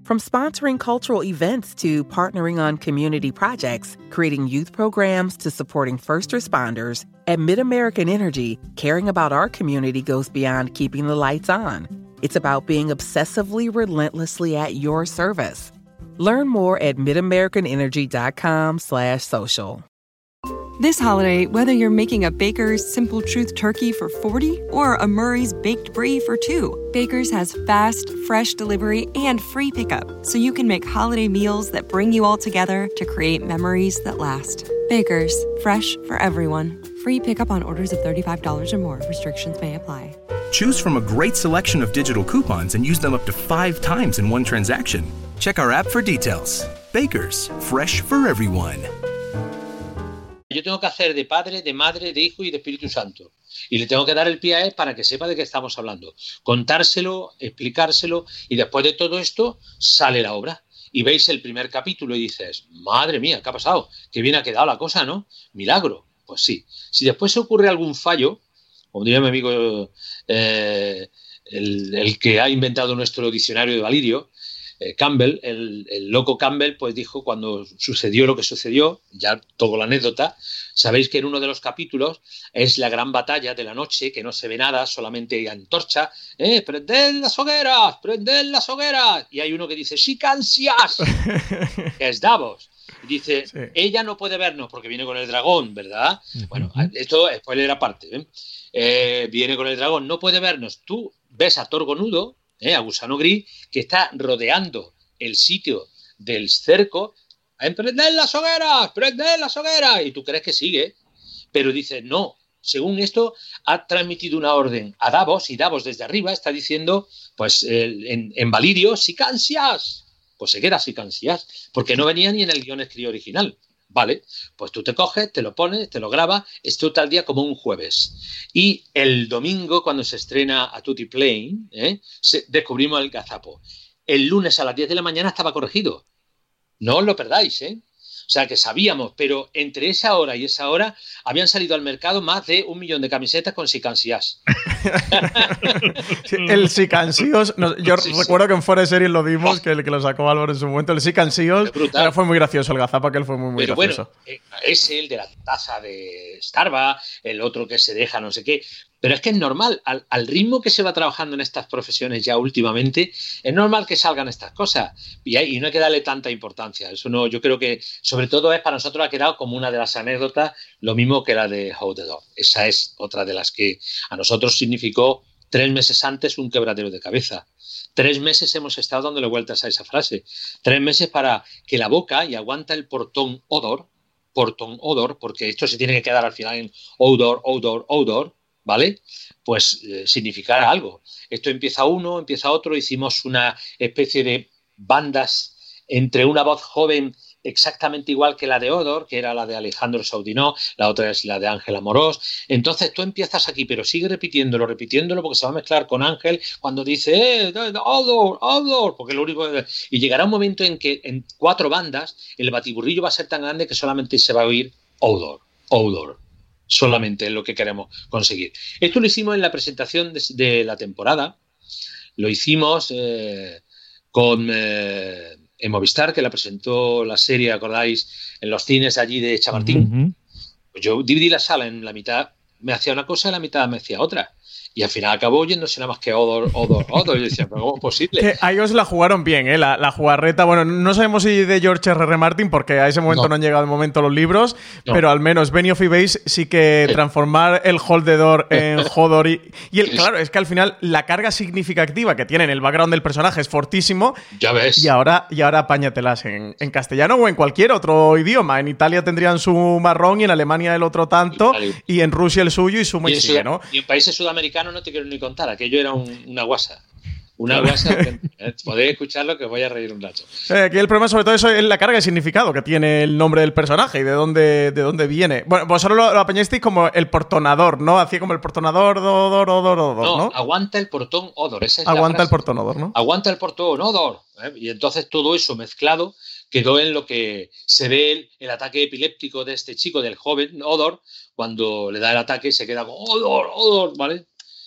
From sponsoring cultural events to partnering on community projects, creating youth programs to supporting first responders, at MidAmerican Energy, caring about our community goes beyond keeping the lights on. It's about being obsessively relentlessly at your service. Learn more at midamericanenergy.com/social. This holiday, whether you're making a Baker's Simple Truth turkey for 40 or a Murray's Baked Brie for 2, Baker's has fast, fresh delivery and free pickup, so you can make holiday meals that bring you all together to create memories that last. Baker's, fresh for everyone. Free pickup on orders of $35 or more. Restrictions may apply. Choose from a great selection of digital coupons and use them up to 5 times in one transaction. Check our app for details. Baker's, fresh for everyone. Yo tengo que hacer de Padre, de Madre, de Hijo y de Espíritu Santo. Y le tengo que dar el pie a él para que sepa de qué estamos hablando. Contárselo, explicárselo, y después de todo esto sale la obra. Y veis el primer capítulo y dices, madre mía, ¿qué ha pasado? Qué bien ha quedado la cosa, ¿no? Milagro. Pues sí. Si después se ocurre algún fallo, como diría mi amigo el que ha inventado nuestro diccionario de Valirio, Campbell, el loco Campbell, pues dijo cuando sucedió lo que sucedió, ya toda la anécdota, sabéis que en uno de los capítulos es la gran batalla de la noche, que no se ve nada, solamente hay antorcha, ¡prended las hogueras! ¡Prended las hogueras! Y hay uno que dice, ¡sí, cansias! Que es Davos. Y dice, sí. Ella no puede vernos porque viene con el dragón, ¿verdad? Uh-huh. Bueno, esto es spoiler aparte, viene con el dragón, no puede vernos. Tú ves a Torgonudo, a Gusano Gris, que está rodeando el sitio del cerco, ¡prended las hogueras! ¡Prended las hogueras! Y tú crees que sigue, pero dice, no, según esto ha transmitido una orden a Davos, y Davos desde arriba está diciendo, pues en Valirio, ¡sicancias! Pues se queda sicancias, porque no venía ni en el guión escrito original. Vale, pues tú te coges, te lo pones, te lo grabas, esto tal día como un jueves. Y el domingo, cuando se estrena A Tutti Plain, descubrimos el gazapo. El lunes a las 10 de la mañana estaba corregido. No os lo perdáis, O sea, que sabíamos, pero entre esa hora y esa hora habían salido al mercado más de 1 millón de camisetas con sicancias. Sí, el sicansíos, yo recuerdo que en Fuera de Series lo vimos, que lo sacó Álvaro en su momento, el sicansíos, fue muy gracioso el gazapa, que él fue muy pero gracioso. Bueno, es el de la taza de Starbucks, el otro que se deja no sé qué. Pero es que es normal, al ritmo que se va trabajando en estas profesiones ya últimamente, es normal que salgan estas cosas y no hay que darle tanta importancia. Eso no, yo creo que sobre todo es para nosotros ha quedado como una de las anécdotas, lo mismo que la de Hold the Door. Esa es otra de las que a nosotros significó 3 meses antes un quebradero de cabeza. 3 meses hemos estado dándole vueltas a esa frase. 3 meses para que la boca, y aguanta el portón odor, porque esto se tiene que quedar al final en odor, ¿vale? Pues significará algo. Esto empieza uno, empieza otro, hicimos una especie de bandas entre una voz joven exactamente igual que la de Odor, que era la de Alejandro Saudinó, la otra es la de Ángel Amorós. Entonces tú empiezas aquí, pero sigue repitiéndolo, porque se va a mezclar con Ángel cuando dice Odor, porque lo único... Y llegará un momento en que en 4 bandas el batiburrillo va a ser tan grande que solamente se va a oír Odor. Solamente es lo que queremos conseguir. Esto lo hicimos en la presentación de la temporada. Lo hicimos con en Movistar, que la presentó la serie, ¿acordáis? En los cines allí de Chamartín. Uh-huh. Pues yo dividí la sala en la mitad, me hacía una cosa y la mitad me hacía otra. Y al final acabó oyéndose nada más que Odor. Y decía, ¿pero cómo es posible? Que ahí os la jugaron bien, la jugarreta. Bueno, no sabemos si de George R.R. Martin, porque a ese momento no han llegado de momento los libros, pero al menos Benioff y Weiss sí que transformar el Hold the Door en Hodor. Claro, es que al final la carga significativa que tiene en el background del personaje es fortísimo. Ya ves. Y ahora apáñatelas en castellano o en cualquier otro idioma. En Italia tendrían su marrón y en Alemania el otro tanto, y en Rusia el suyo y suma y sigue, ¿no? Y en países sudamericanos no te quiero ni contar, aquello era una guasa. Una guasa, podéis escucharlo que os voy a reír un rato. Aquí el problema sobre todo eso es la carga de significado que tiene el nombre del personaje y de dónde viene. Bueno, vosotros lo apañasteis como el portonador, ¿no? Hacía como el portonador, ¿no? Aguanta el portón odor, esa es aguanta el portón odor, ¿no? Aguanta el portón odor. Y entonces todo eso mezclado quedó en lo que se ve el ataque epiléptico de este chico, del joven Odor, cuando le da el ataque y se queda con Odor, ¿vale?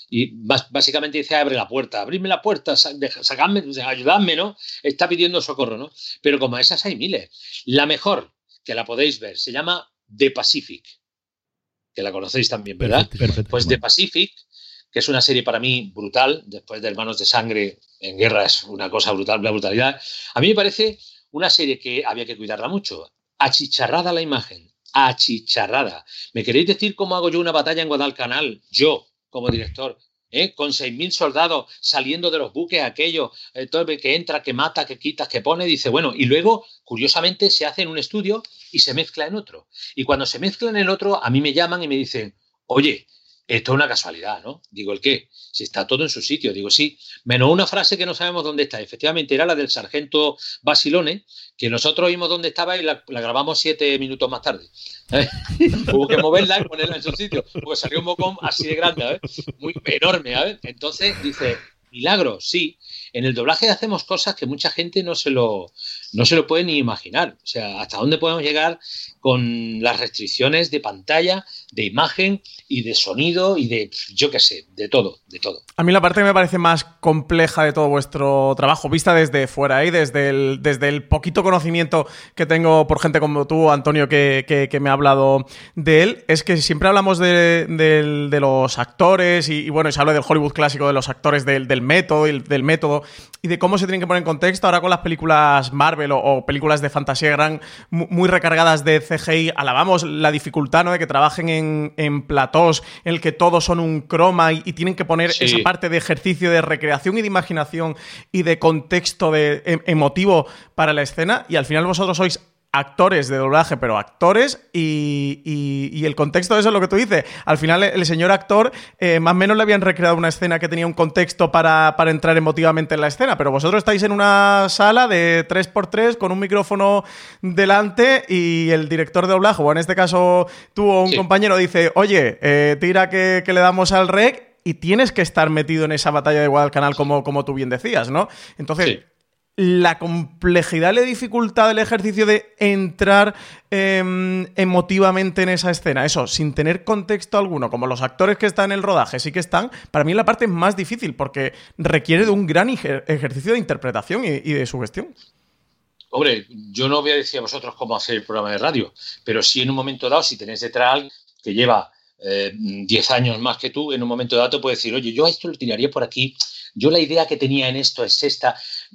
Y básicamente dice, abre la puerta, abridme la puerta, sacadme, ayudadme, ¿no? Está pidiendo socorro, ¿no? Pero como esas hay miles. La mejor, que la podéis ver, se llama The Pacific, que la conocéis también, ¿verdad? Perfecto. Pues The Pacific, que es una serie para mí brutal, después de Hermanos de Sangre en Guerra es una cosa brutal, la brutalidad. A mí me parece una serie que había que cuidarla mucho. Achicharrada la imagen, achicharrada. ¿Me queréis decir cómo hago yo una batalla en Guadalcanal? Yo, como director, con 6.000 soldados saliendo de los buques aquellos, todo el que entra, que mata, que quita, que pone, dice, bueno, y luego, curiosamente, se hace en un estudio y se mezcla en otro. Y cuando se mezcla en el otro, a mí me llaman y me dicen, oye, esto es una casualidad, ¿no? Digo, ¿el qué? Si está todo en su sitio. Digo, sí, menos una frase que no sabemos dónde está. Efectivamente, era la del sargento Basilone, que nosotros oímos dónde estaba y la grabamos 7 minutos más tarde. Hubo que moverla y ponerla en su sitio, porque salió un bocón así de grande, muy enorme. Entonces, dice, milagro, sí. En el doblaje hacemos cosas que mucha gente no se lo puede ni imaginar. O sea, hasta dónde podemos llegar con las restricciones de pantalla, de imagen y de sonido y de, yo qué sé, de todo, de todo. A mí la parte que me parece más compleja de todo vuestro trabajo, vista desde fuera y desde el poquito conocimiento que tengo por gente como tú, Antonio, que me ha hablado de él, es que siempre hablamos de los actores y bueno, se habla del Hollywood clásico, de los actores del método y de cómo se tienen que poner en contexto. Ahora con las películas Marvel o películas de fantasía gran muy recargadas de CGI, alabamos la dificultad, ¿no?, de que trabajen en platós en el que todos son un croma y tienen que poner esa parte de ejercicio de recreación y de imaginación y de contexto emotivo para la escena, y al final vosotros sois actores de doblaje, pero actores y el contexto de eso es lo que tú dices. Al final el señor actor más o menos le habían recreado una escena que tenía un contexto para entrar emotivamente en la escena, pero vosotros estáis en una sala de 3x3 con un micrófono delante y el director de doblaje, o en este caso tú o un compañero, dice, oye, tira que le damos al rec, y tienes que estar metido en esa batalla de Guadalcanal como tú bien decías, ¿no? Entonces, la complejidad y la dificultad del ejercicio de entrar emotivamente en esa escena, eso, sin tener contexto alguno, como los actores que están en el rodaje sí que están, para mí es la parte más difícil, porque requiere de un gran ejercicio de interpretación y de sugestión. Hombre, yo no voy a decir a vosotros cómo hacer el programa de radio, pero sí en un momento dado, si tenéis detrás a alguien que lleva 10 años más que tú, en un momento dado te puede decir, oye, yo a esto lo tiraría por aquí, yo la idea que tenía en esto es esta.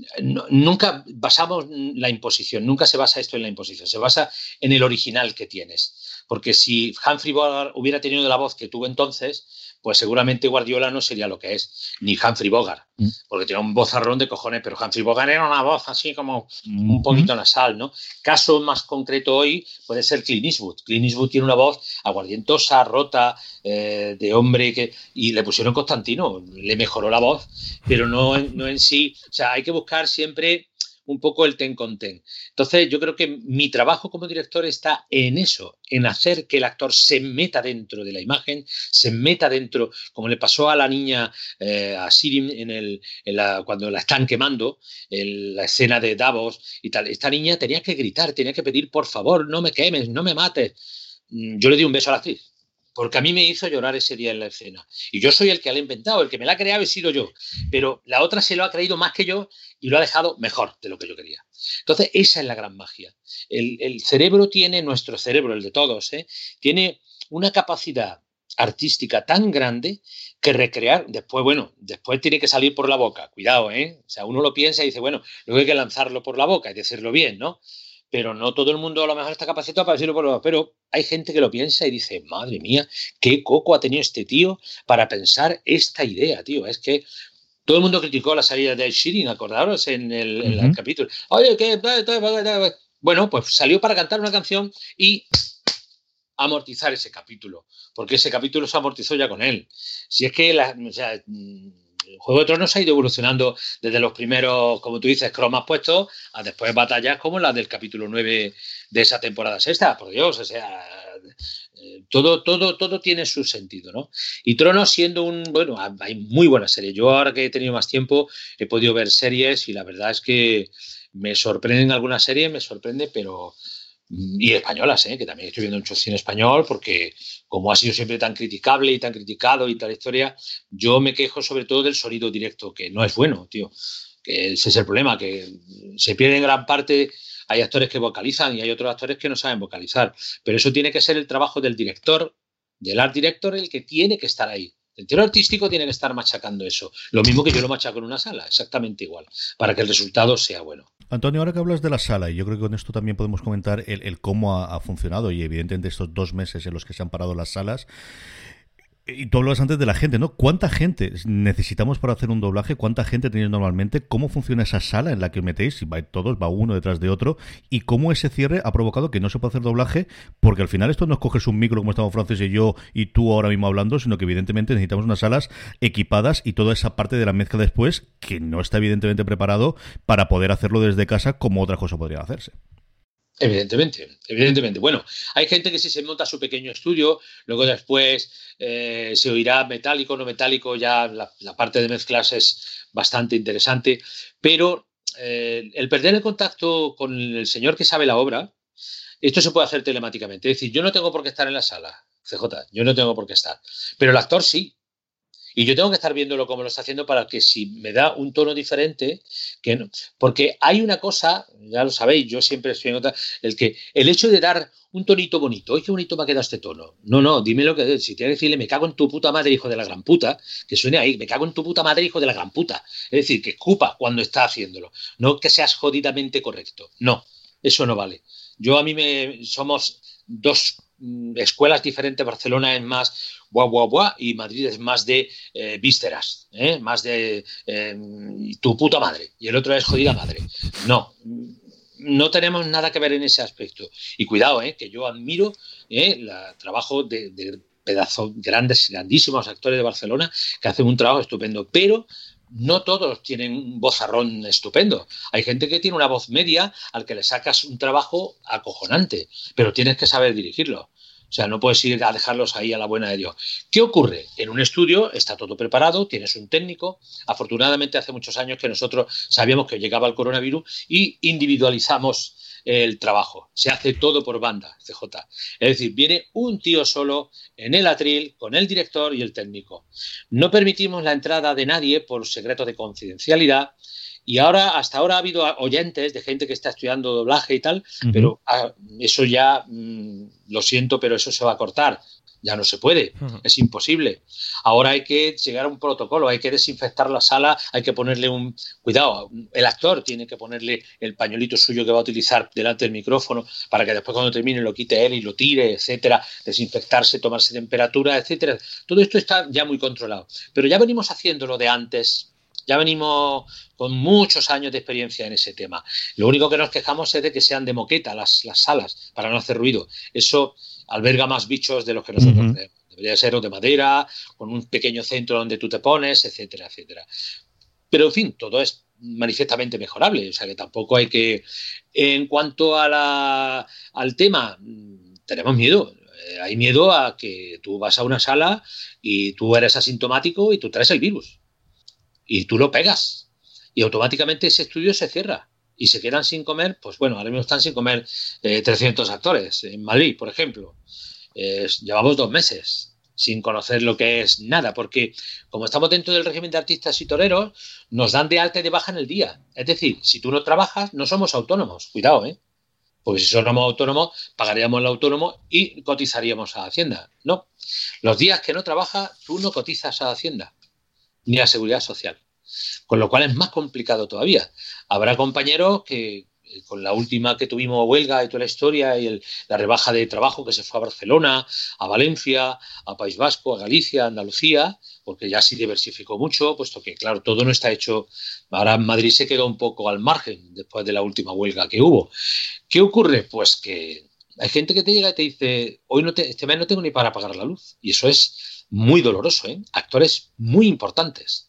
Nunca basamos la imposición, nunca se basa esto en la imposición, se basa en el original que tienes. Porque si Humphrey Bogart hubiera tenido la voz que tuvo entonces, pues seguramente Guardiola no sería lo que es, ni Humphrey Bogart, porque tenía un vozarrón de cojones, pero Humphrey Bogart era una voz así como un poquito nasal, ¿no? Caso más concreto hoy puede ser Clint Eastwood. Clint Eastwood tiene una voz aguardientosa, rota, de hombre, y le pusieron Constantino, le mejoró la voz, pero no en sí. O sea, hay que buscar siempre un poco el ten con ten. Entonces, yo creo que mi trabajo como director está en eso, en hacer que el actor se meta dentro de la imagen, se meta dentro, como le pasó a la niña, a Siri cuando la están quemando, la escena de Davos y tal. Esta niña tenía que gritar, tenía que pedir, por favor, no me quemes, no me mates. Yo le di un beso a la actriz, porque a mí me hizo llorar ese día en la escena. Y yo soy el que la ha inventado, el que me la ha creado he sido yo. Pero la otra se lo ha creído más que yo y lo ha dejado mejor de lo que yo quería. Entonces, esa es la gran magia. El cerebro tiene, nuestro cerebro, el de todos, tiene una capacidad artística tan grande que recrear, después tiene que salir por la boca. Cuidado, O sea, uno lo piensa y dice, bueno, luego hay que lanzarlo por la boca y decirlo bien, ¿no? Pero no todo el mundo a lo mejor está capacitado para decirlo por lo. Pero hay gente que lo piensa y dice, madre mía, qué coco ha tenido este tío para pensar esta idea, tío. Es que todo el mundo criticó la salida de Ed Sheeran, acordaros en el capítulo. Oye, ¿qué? Bueno, pues salió para cantar una canción y amortizar ese capítulo, porque ese capítulo se amortizó ya con él. Si es que el Juego de Tronos ha ido evolucionando desde los primeros, como tú dices, cromas puestos, a después batallas como la del capítulo 9 de esa temporada sexta. Por Dios, o sea, todo tiene su sentido, ¿no? Y Tronos siendo hay muy buenas series. Yo ahora que he tenido más tiempo he podido ver series y la verdad es que me sorprenden algunas series, pero y españolas, que también estoy viendo mucho cine español, porque como ha sido siempre tan criticable y tan criticado y tal historia, yo me quejo sobre todo del sonido directo, que no es bueno, tío. Que ese es el problema, que se pierde en gran parte. Hay actores que vocalizan y hay otros actores que no saben vocalizar, pero eso tiene que ser el trabajo del director, del art director, el que tiene que estar ahí. El director artístico tiene que estar machacando eso. Lo mismo que yo lo machaco en una sala, exactamente igual, para que el resultado sea bueno. Antonio, ahora que hablas de la sala, y yo creo que con esto también podemos comentar el cómo ha funcionado, y evidentemente estos 2 meses en los que se han parado las salas. Y tú hablabas antes de la gente, ¿no? ¿Cuánta gente necesitamos para hacer un doblaje? ¿Cuánta gente tenéis normalmente? ¿Cómo funciona esa sala en la que metéis? Si va todos, va uno detrás de otro. ¿Y cómo ese cierre ha provocado que no se pueda hacer doblaje? Porque al final esto no es coges un micro como estamos Francis y yo y tú ahora mismo hablando, sino que evidentemente necesitamos unas salas equipadas y toda esa parte de la mezcla después que no está evidentemente preparado para poder hacerlo desde casa como otra cosa podría hacerse. Evidentemente. Bueno, hay gente que si se monta su pequeño estudio, luego después se oirá metálico, no metálico, ya la parte de mezclas es bastante interesante, pero el perder el contacto con el señor que sabe la obra, esto se puede hacer telemáticamente. Es decir, yo no tengo por qué estar en la sala, CJ, yo no tengo por qué estar, pero el actor sí. Y yo tengo que estar viéndolo como lo está haciendo para que si me da un tono diferente, que no, porque hay una cosa, ya lo sabéis, yo siempre estoy en otra, el hecho de dar un tonito bonito, oye, qué bonito me ha quedado este tono. No, dime lo que, si tienes que decirle, me cago en tu puta madre, hijo de la gran puta, que suene ahí, me cago en tu puta madre, hijo de la gran puta. Es decir, que escupa cuando está haciéndolo, no que seas jodidamente correcto. No, eso no vale. Somos 2 escuelas diferentes. Barcelona es más guau y Madrid es más de vísceras, más de tu puta madre, y el otro es jodida madre. No tenemos nada que ver en ese aspecto. Y cuidado, que yo admiro el trabajo de grandísimos actores de Barcelona que hacen un trabajo estupendo, pero no todos tienen un vozarrón estupendo. Hay gente que tiene una voz media al que le sacas un trabajo acojonante, pero tienes que saber dirigirlo. O sea, no puedes ir a dejarlos ahí a la buena de Dios. ¿Qué ocurre? En un estudio está todo preparado, tienes un técnico. Afortunadamente, hace muchos años que nosotros sabíamos que llegaba el coronavirus y individualizamos el trabajo. Se hace todo por banda, CJ. Es decir, viene un tío solo en el atril con el director y el técnico. No permitimos la entrada de nadie por secretos de confidencialidad. Y hasta ahora ha habido oyentes de gente que está estudiando doblaje y tal, pero eso ya, lo siento, pero eso se va a cortar. Ya no se puede, es imposible. Ahora hay que llegar a un protocolo, hay que desinfectar la sala, hay que ponerle cuidado, el actor tiene que ponerle el pañuelito suyo que va a utilizar delante del micrófono para que después cuando termine lo quite él y lo tire, etcétera, desinfectarse, tomarse temperatura, etcétera. Todo esto está ya muy controlado. Pero ya venimos haciéndolo de antes. Ya venimos con muchos años de experiencia en ese tema. Lo único que nos quejamos es de que sean de moqueta las salas, para no hacer ruido. Eso alberga más bichos de los que nosotros tenemos. Debería ser de madera, con un pequeño centro donde tú te pones, etcétera, etcétera. Pero, en fin, todo es manifiestamente mejorable. O sea, que tampoco hay que... En cuanto al tema, tenemos miedo. Hay miedo a que tú vas a una sala y tú eres asintomático y tú traes el virus. Y tú lo pegas y automáticamente ese estudio se cierra y se quedan sin comer. Pues bueno, ahora mismo están sin comer 300 actores en Madrid, por ejemplo. Llevamos 2 meses sin conocer lo que es nada, porque como estamos dentro del régimen de artistas y toreros, nos dan de alta y de baja en el día. Es decir, si tú no trabajas, no somos autónomos. Cuidado, porque si somos autónomos, pagaríamos el autónomo y cotizaríamos a Hacienda. No, los días que no trabajas, tú no cotizas a Hacienda ni a Seguridad Social, con lo cual es más complicado todavía. Habrá compañeros que con la última que tuvimos huelga y toda la historia y la rebaja de trabajo que se fue a Barcelona, a Valencia, a País Vasco, a Galicia, a Andalucía, porque ya se diversificó mucho, puesto que, claro, todo no está hecho. Ahora Madrid se quedó un poco al margen después de la última huelga que hubo. ¿Qué ocurre? Pues que hay gente que te llega y te dice, este mes no tengo ni para pagar la luz. Y eso es muy doloroso, Actores muy importantes,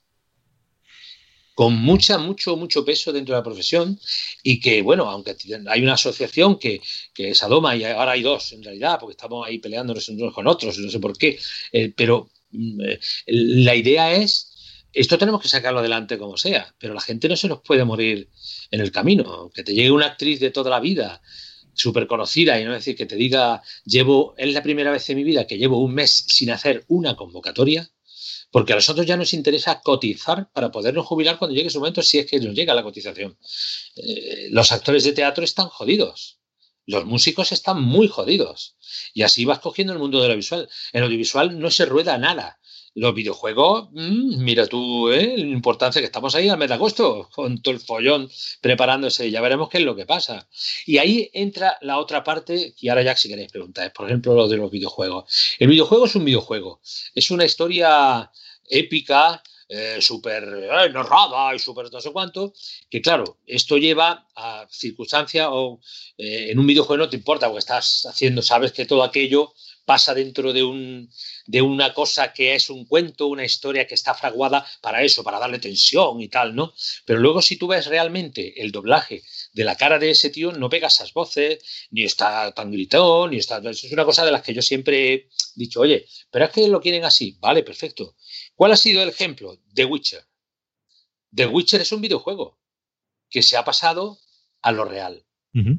con mucho peso dentro de la profesión y que, bueno, aunque hay una asociación que es Adoma y ahora hay 2 en realidad, porque estamos ahí peleándonos unos con otros, no sé por qué, pero la idea es, esto tenemos que sacarlo adelante como sea, pero la gente no se nos puede morir en el camino. Que te llegue una actriz de toda la vida súper conocida, y no decir que te diga, es la primera vez en mi vida que llevo un mes sin hacer una convocatoria, porque a nosotros ya nos interesa cotizar para podernos jubilar cuando llegue su momento, si es que nos llega la cotización. Los actores de teatro están jodidos, los músicos están muy jodidos, y así vas cogiendo el mundo de lo visual. En lo audiovisual no se rueda nada. Los videojuegos, mira tú, la importancia que estamos ahí al mes de agosto, con todo el follón preparándose, ya veremos qué es lo que pasa. Y ahí entra la otra parte, y ahora ya si queréis preguntar, por ejemplo, lo de los videojuegos. El videojuego es un videojuego, es una historia épica, súper narrada y súper no sé cuánto, que claro, esto lleva a circunstancias o en un videojuego no te importa, porque estás haciendo, sabes que todo aquello pasa dentro de una cosa que es un cuento, una historia que está fraguada para eso, para darle tensión y tal, ¿no? Pero luego si tú ves realmente el doblaje de la cara de ese tío, no pega esas voces, ni está tan gritón, ni está... Eso es una cosa de las que yo siempre he dicho, oye, pero es que lo quieren así. Vale, perfecto. ¿Cuál ha sido el ejemplo? The Witcher. The Witcher es un videojuego que se ha pasado a lo real. Uh-huh.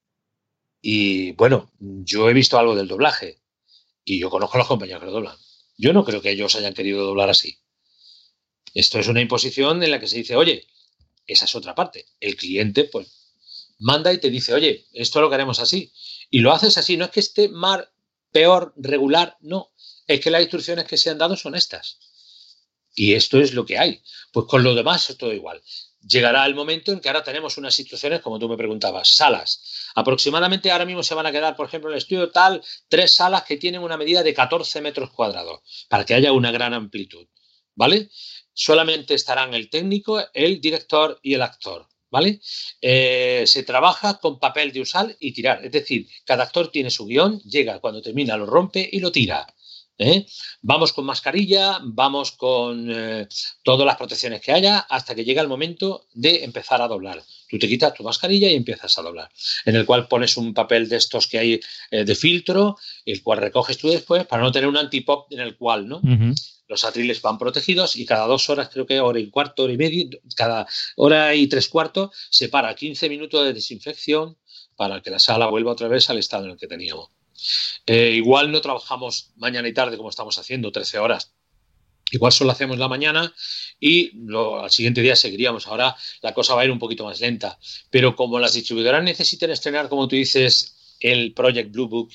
Y bueno, yo he visto algo del doblaje. Y yo conozco a los compañeros que lo doblan. Yo no creo que ellos hayan querido doblar así. Esto es una imposición en la que se dice, oye, esa es otra parte. El cliente, pues, manda y te dice, oye, esto lo queremos así. Y lo haces así. No es que esté mal, peor, regular, no. Es que las instrucciones que se han dado son estas. Y esto es lo que hay. Pues con lo demás es todo igual. Llegará el momento en que ahora tenemos unas situaciones, como tú me preguntabas, salas. Aproximadamente ahora mismo se van a quedar, por ejemplo, en el estudio tal, 3 salas que tienen una medida de 14 metros cuadrados, para que haya una gran amplitud, ¿vale? Solamente estarán el técnico, el director y el actor, ¿vale? Se trabaja con papel de usar y tirar. Es decir, cada actor tiene su guión, llega cuando termina, lo rompe y lo tira. Vamos con mascarilla, vamos con todas las protecciones que haya hasta que llega el momento de empezar a doblar. Tú te quitas tu mascarilla y empiezas a doblar, en el cual pones un papel de estos que hay de filtro, el cual recoges tú después para no tener un antipop en el cual, ¿no? Uh-huh. Los atriles van protegidos y cada 2 horas, creo que hora y cuarto, hora y media, cada hora y 3/4 se para 15 minutos de desinfección para que la sala vuelva otra vez al estado en el que teníamos. Igual no trabajamos mañana y tarde como estamos haciendo, 13 horas. Igual solo hacemos la mañana y al siguiente día seguiríamos. Ahora la cosa va a ir un poquito más lenta. Pero como las distribuidoras necesitan estrenar, como tú dices, el Project Blue Book,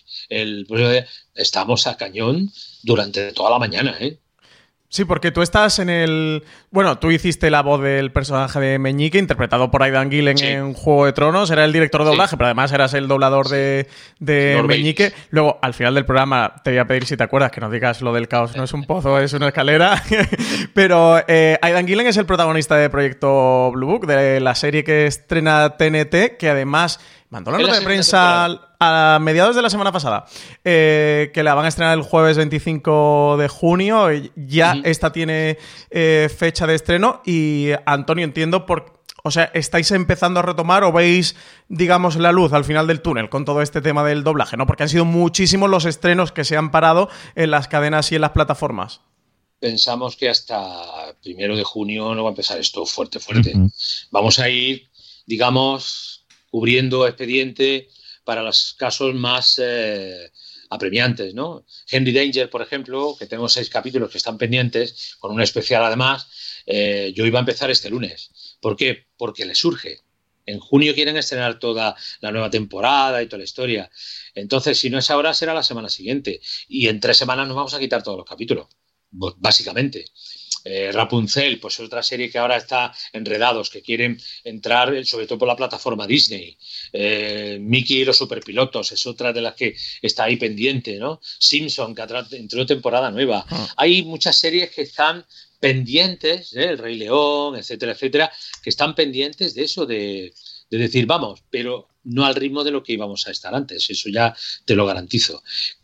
estamos a cañón durante toda la mañana, ¿eh? Sí, porque tú estás en el... Bueno, tú hiciste la voz del personaje de Meñique, interpretado por Aidan Gillen en Juego de Tronos. Era el director de doblaje, pero además eras el doblador de Meñique. Luego, al final del programa, te voy a pedir si te acuerdas que nos digas lo del caos. No es un pozo, es una escalera. Pero Aidan Gillen es el protagonista de Proyecto Blue Book, de la serie que estrena TNT, que además... mandó la nota de prensa a mediados de la semana pasada, que la van a estrenar el jueves 25 de junio. Ya esta tiene fecha de estreno. Y, Antonio, entiendo o sea, ¿estáis empezando a retomar o veis, digamos, la luz al final del túnel con todo este tema del doblaje, ¿no? Porque han sido muchísimos los estrenos que se han parado en las cadenas y en las plataformas. Pensamos que hasta 1 de junio no va a empezar esto fuerte. Uh-huh. Vamos a ir, digamos, cubriendo expediente para los casos más apremiantes, ¿no? Henry Danger, por ejemplo, que tenemos 6 capítulos que están pendientes, con un especial además, yo iba a empezar este lunes. ¿Por qué? Porque le surge. En junio quieren estrenar toda la nueva temporada y toda la historia. Entonces, si no es ahora, será la semana siguiente. Y en 3 semanas nos vamos a quitar todos los capítulos, básicamente. Rapunzel, pues es otra serie que ahora está enredados, que quieren entrar sobre todo por la plataforma Disney. Mickey y los superpilotos es otra de las que está ahí pendiente, ¿no? Simpson, que entró temporada nueva. Hay muchas series que están pendientes, El Rey León, etcétera, etcétera, que están pendientes de eso, de decir, vamos, pero no al ritmo de lo que íbamos a estar antes. Eso ya te lo garantizo.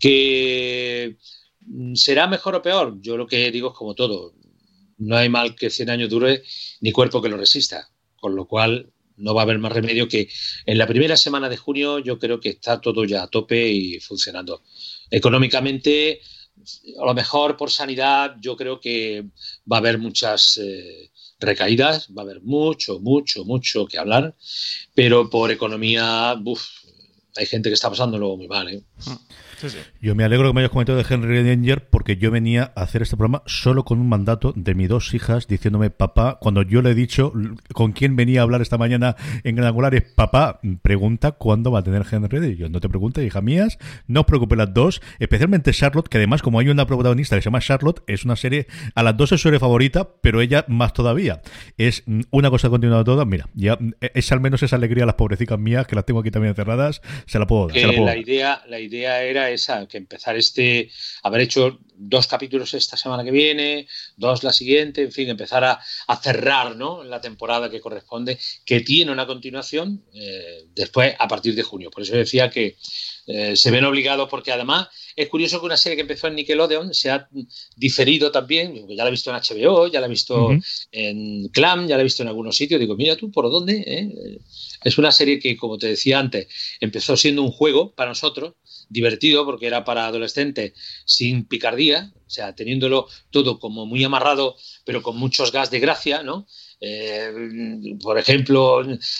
¿Que será mejor o peor? Yo lo que digo es como todo. No hay mal que 100 años dure, ni cuerpo que lo resista. Con lo cual, no va a haber más remedio que en la primera semana de junio yo creo que está todo ya a tope y funcionando. Económicamente, a lo mejor por sanidad, yo creo que va a haber muchas recaídas, va a haber mucho que hablar, pero por economía, hay gente que está pasándolo muy mal, ¿eh? Sí, sí. Yo me alegro que me hayas comentado de Henry Danger, porque yo venía a hacer este programa solo con un mandato de mis 2 hijas diciéndome, papá, cuando yo le he dicho con quién venía a hablar esta mañana en Gran Angular, es papá, pregunta cuándo va a tener Henry Danger. Yo, no te preguntes, hija mías, no os preocupéis las 2, especialmente Charlotte, que además, como hay una protagonista que se llama Charlotte, es una serie, a las 2 es su serie favorita, pero ella más todavía. Es una cosa continuada toda, mira, ya es al menos esa alegría a las pobrecicas mías, que las tengo aquí también encerradas, se la puedo dar. La idea era esa, que empezar haber hecho 2 capítulos esta semana que viene, 2 la siguiente, en fin, empezar a cerrar, ¿no?, la temporada que corresponde, que tiene una continuación después a partir de junio. Por eso decía que se ven obligados, porque además es curioso que una serie que empezó en Nickelodeon se ha diferido también, ya la he visto en HBO, ya la he visto en Clam, ya la he visto en algunos sitios, digo, mira tú, ¿por dónde? Es una serie que, como te decía antes, empezó siendo un juego para nosotros, divertido, porque era para adolescentes, sin picardía, o sea, teniéndolo todo como muy amarrado, pero con muchos gas de gracia, ¿no? Por ejemplo,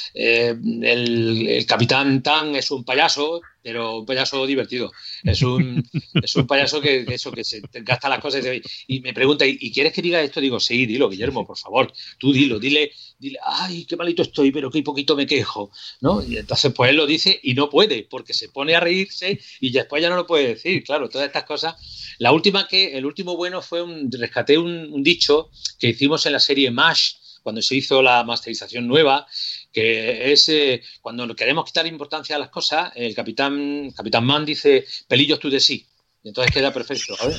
el Capitán Tan es un payaso, pero un payaso divertido. Es un payaso que se gasta las cosas y me pregunta, ¿y quieres que diga esto? Digo, sí, dilo, Guillermo, por favor. Tú dile, ay, qué malito estoy, pero qué poquito me quejo, ¿no? Y entonces pues él lo dice y no puede, porque se pone a reírse y después ya no lo puede decir. Claro, todas estas cosas. El último bueno fue rescaté un dicho que hicimos en la serie MASH, cuando se hizo la masterización nueva, que es cuando queremos quitar importancia a las cosas, el Capitán Man dice, pelillos tú de sí. Y entonces queda perfecto, ¿sabes?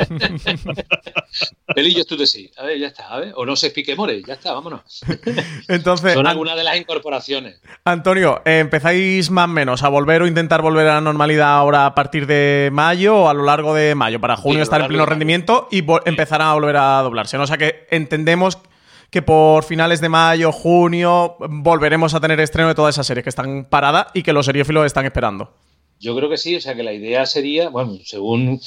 Pelillos tú de sí. A ver, ya está, ¿sabes? O no se pique more, ya está, vámonos. Entonces, son algunas de las incorporaciones. Antonio, ¿empezáis más o menos a volver o intentar volver a la normalidad ahora a partir de mayo o a lo largo de mayo? Para junio estar en pleno rendimiento y empezar a volver a doblarse, ¿no? O sea que entendemos que por finales de mayo, junio, volveremos a tener estreno de todas esas series que están paradas y que los seriéfilos están esperando. Yo creo que sí, o sea que la idea sería, bueno, según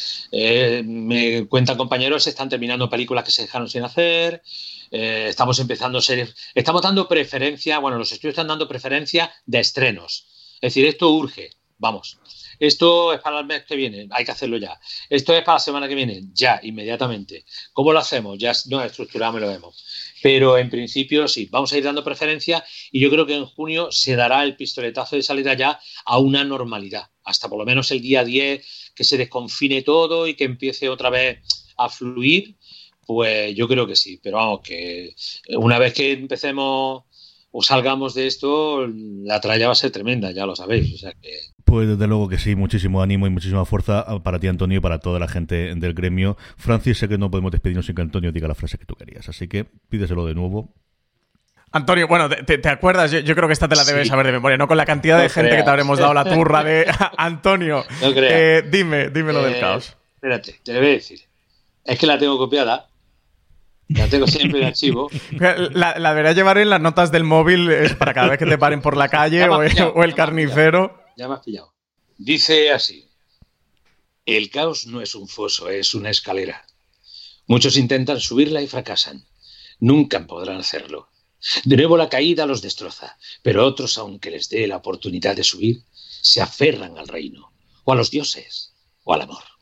me cuentan compañeros, se están terminando películas que se dejaron sin hacer, estamos empezando series, estamos dando preferencia, bueno, los estudios están dando preferencia de estrenos. Es decir, esto urge, vamos. Esto es para el mes que viene, hay que hacerlo ya. Esto es para la semana que viene, ya, inmediatamente. ¿Cómo lo hacemos? Ya nos estructuramos y lo vemos. Pero en principio sí, vamos a ir dando preferencia y yo creo que en junio se dará el pistoletazo de salida ya a una normalidad. Hasta por lo menos el día 10, que se desconfine todo y que empiece otra vez a fluir, pues yo creo que sí. Pero vamos, que una vez que empecemos o salgamos de esto, la tralla va a ser tremenda, ya lo sabéis. O sea que... Pues desde luego que sí, muchísimo ánimo y muchísima fuerza para ti, Antonio, y para toda la gente del gremio. Francis, sé que no podemos despedirnos sin que Antonio diga la frase que tú querías, así que pídeselo de nuevo. Antonio, bueno, ¿te acuerdas? Yo creo que esta te la debes saber de memoria, ¿no? Con la cantidad de gente que te habremos dado la turra de Antonio. No creas. Dime lo del caos. Espérate, te lo voy a decir. Es que la tengo copiada. La tengo siempre en archivo. La debería llevar en las notas del móvil para cada vez que te paren por la calle o el carnicero. Ya me has pillado. Dice así: el caos no es un foso, es una escalera. Muchos intentan subirla y fracasan. Nunca podrán hacerlo. De nuevo la caída los destroza, pero otros, aunque les dé la oportunidad de subir, se aferran al reino, o a los dioses, o al amor.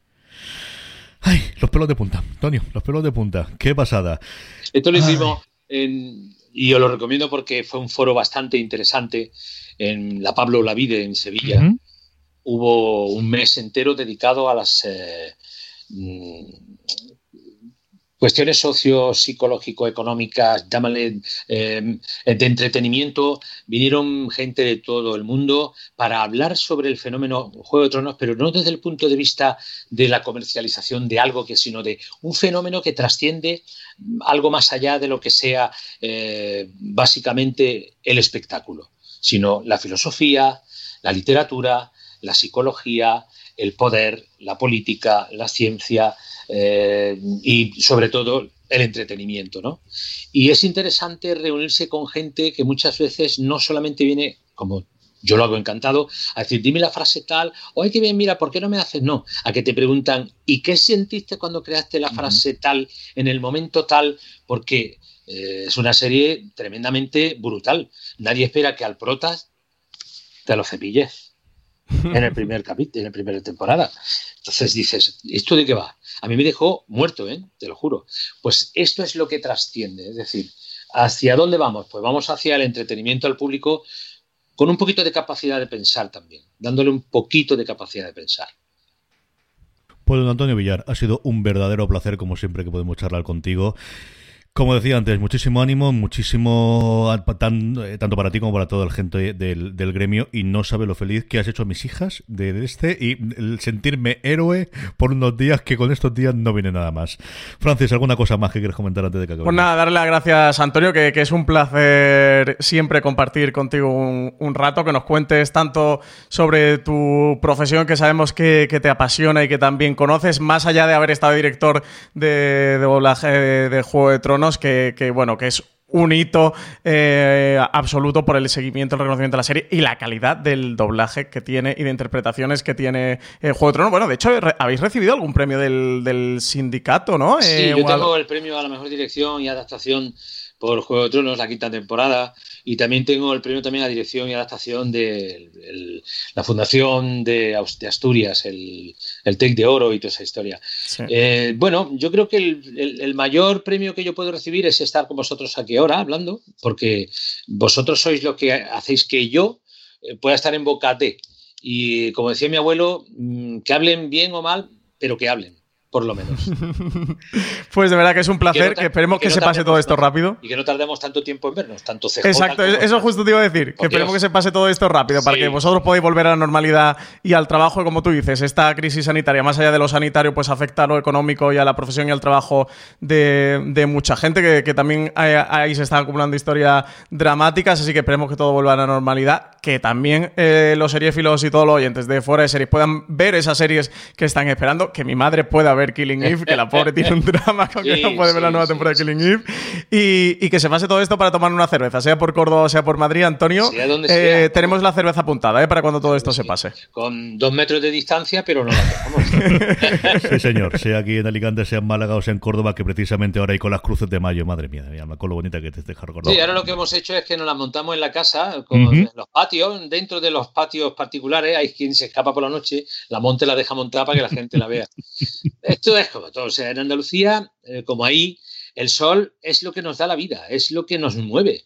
Ay, los pelos de punta, Antonio, los pelos de punta. Qué pasada. Esto lo hicimos y os lo recomiendo porque fue un foro bastante interesante en la Pablo Olavide en Sevilla. Uh-huh. Hubo un mes entero dedicado a las cuestiones socio-psicológico-económicas, llámale, de entretenimiento. Vinieron gente de todo el mundo para hablar sobre el fenómeno Juego de Tronos, pero no desde el punto de vista de la comercialización de algo, sino de un fenómeno que trasciende algo más allá de lo que sea básicamente el espectáculo, sino la filosofía, la literatura, la psicología, el poder, la política, la ciencia, y sobre todo el entretenimiento, ¿no? Y es interesante reunirse con gente que muchas veces no solamente viene, como yo lo hago encantado, a decir, dime la frase tal, o ay, qué bien, mira, ¿por qué no me haces? No, a que te preguntan, ¿y qué sentiste cuando creaste la frase tal, en el momento tal? Porque es una serie tremendamente brutal. Nadie espera que al protas te lo cepilles. en el primer capítulo, en la primera temporada. Entonces dices, ¿esto de qué va? A mí me dejó muerto, te lo juro. Pues esto es lo que trasciende, es decir, ¿hacia dónde vamos? Pues vamos hacia el entretenimiento al público con un poquito de capacidad de pensar también, dándole un poquito de capacidad de pensar. Pues don Antonio Villar, ha sido un verdadero placer, como siempre, que podemos charlar contigo. Como decía antes, muchísimo ánimo, muchísimo tanto para ti como para toda la gente del gremio, y no sabe lo feliz que has hecho a mis hijas de y el sentirme héroe por unos días que con estos días no viene nada más. Francis, ¿alguna cosa más que quieres comentar antes de que acabemos? Pues nada, darle las gracias, Antonio, que es un placer siempre compartir contigo un rato, que nos cuentes tanto sobre tu profesión, que sabemos que te apasiona y que también conoces, más allá de haber estado director de doblaje de Juego de Tronos, que bueno, que es un hito absoluto por el seguimiento, el reconocimiento de la serie y la calidad del doblaje que tiene y de interpretaciones que tiene Juego de Tronos. Bueno, de hecho, habéis recibido algún premio del sindicato, ¿no? Sí, yo tengo el premio a la mejor dirección y adaptación por Juego de Tronos, la 5ª temporada, y también tengo el premio también a dirección y adaptación de la Fundación de Asturias, el TEC de Oro y toda esa historia. Sí. Bueno, yo creo que el mayor premio que yo puedo recibir es estar con vosotros aquí ahora hablando, porque vosotros sois lo que hacéis que yo pueda estar en boca de. Y como decía mi abuelo, que hablen bien o mal, pero que hablen. Por lo menos. Pues de verdad que es un placer, que esperemos que se pase todo esto rápido. Y que no tardemos tanto tiempo en vernos, tanto CJ. Exacto, eso justo te iba a decir, que esperemos que se pase todo esto rápido, para que vosotros podáis volver a la normalidad y al trabajo, como tú dices. Esta crisis sanitaria, más allá de lo sanitario, pues afecta a lo económico y a la profesión y al trabajo de mucha gente, que también ahí se están acumulando historias dramáticas, así que esperemos que todo vuelva a la normalidad, que también los seriéfilos y todos los oyentes de Fuera de Series puedan ver esas series que están esperando, que mi madre pueda ver Killing Eve, que la pobre tiene un drama con que no puede ver la nueva temporada de Killing Eve, y que se pase todo esto para tomar una cerveza, sea por Córdoba o sea por Madrid. Antonio, sea. Tenemos la cerveza apuntada para cuando todo esto se pase. Con 2 metros de distancia, pero no la dejamos. Sí, señor, sea aquí en Alicante, sea en Málaga o sea en Córdoba, que precisamente ahora hay con las cruces de mayo, madre mía, con lo bonita que te deja recordar. Sí, ahora lo que hemos hecho es que nos las montamos en la casa, en los patios, dentro de los patios particulares, hay quien se escapa por la noche, la monte la deja montada para que la gente la vea. Esto es como todo, o sea, en Andalucía, como ahí, el sol es lo que nos da la vida, es lo que nos mueve.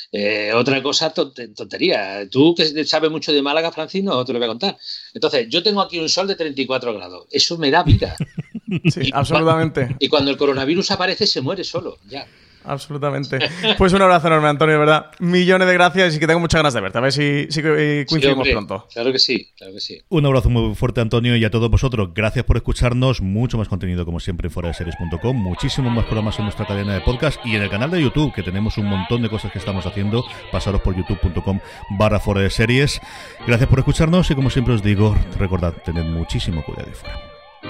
Otra cosa, tontería. Tú que sabes mucho de Málaga, Francis, no te lo voy a contar. Entonces, yo tengo aquí un sol de 34 grados. Eso me da vida. Sí, absolutamente. Y cuando el coronavirus aparece, se muere solo, ya. Absolutamente. Pues un abrazo enorme, Antonio, de verdad. Millones de gracias y que tengo muchas ganas de verte. A ver si coincidimos pronto. Claro que sí, claro que sí. Un abrazo muy fuerte, Antonio, y a todos vosotros. Gracias por escucharnos. Mucho más contenido, como siempre, en fueradeseries.com. Muchísimos más programas en nuestra cadena de podcast y en el canal de YouTube, que tenemos un montón de cosas que estamos haciendo. Pasaros por youtube.com/fueradeseries. Gracias por escucharnos y, como siempre os digo, recordad, tened muchísimo cuidado ahí fuera.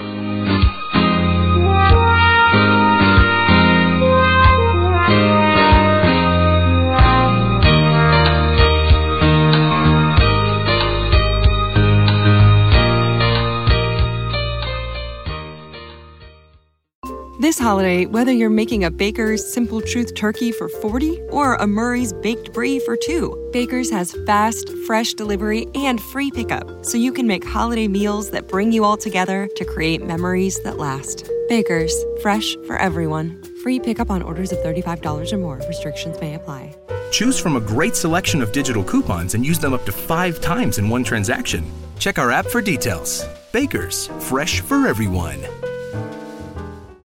This holiday, whether you're making a Baker's Simple Truth turkey for 40 or a Murray's Baked Brie for 2, Baker's has fast, fresh delivery and free pickup, so you can make holiday meals that bring you all together to create memories that last. Baker's, fresh for everyone. Free pickup on orders of $35 or more. Restrictions may apply. Choose from a great selection of digital coupons and use them up to 5 times in one transaction. Check our app for details. Baker's, fresh for everyone.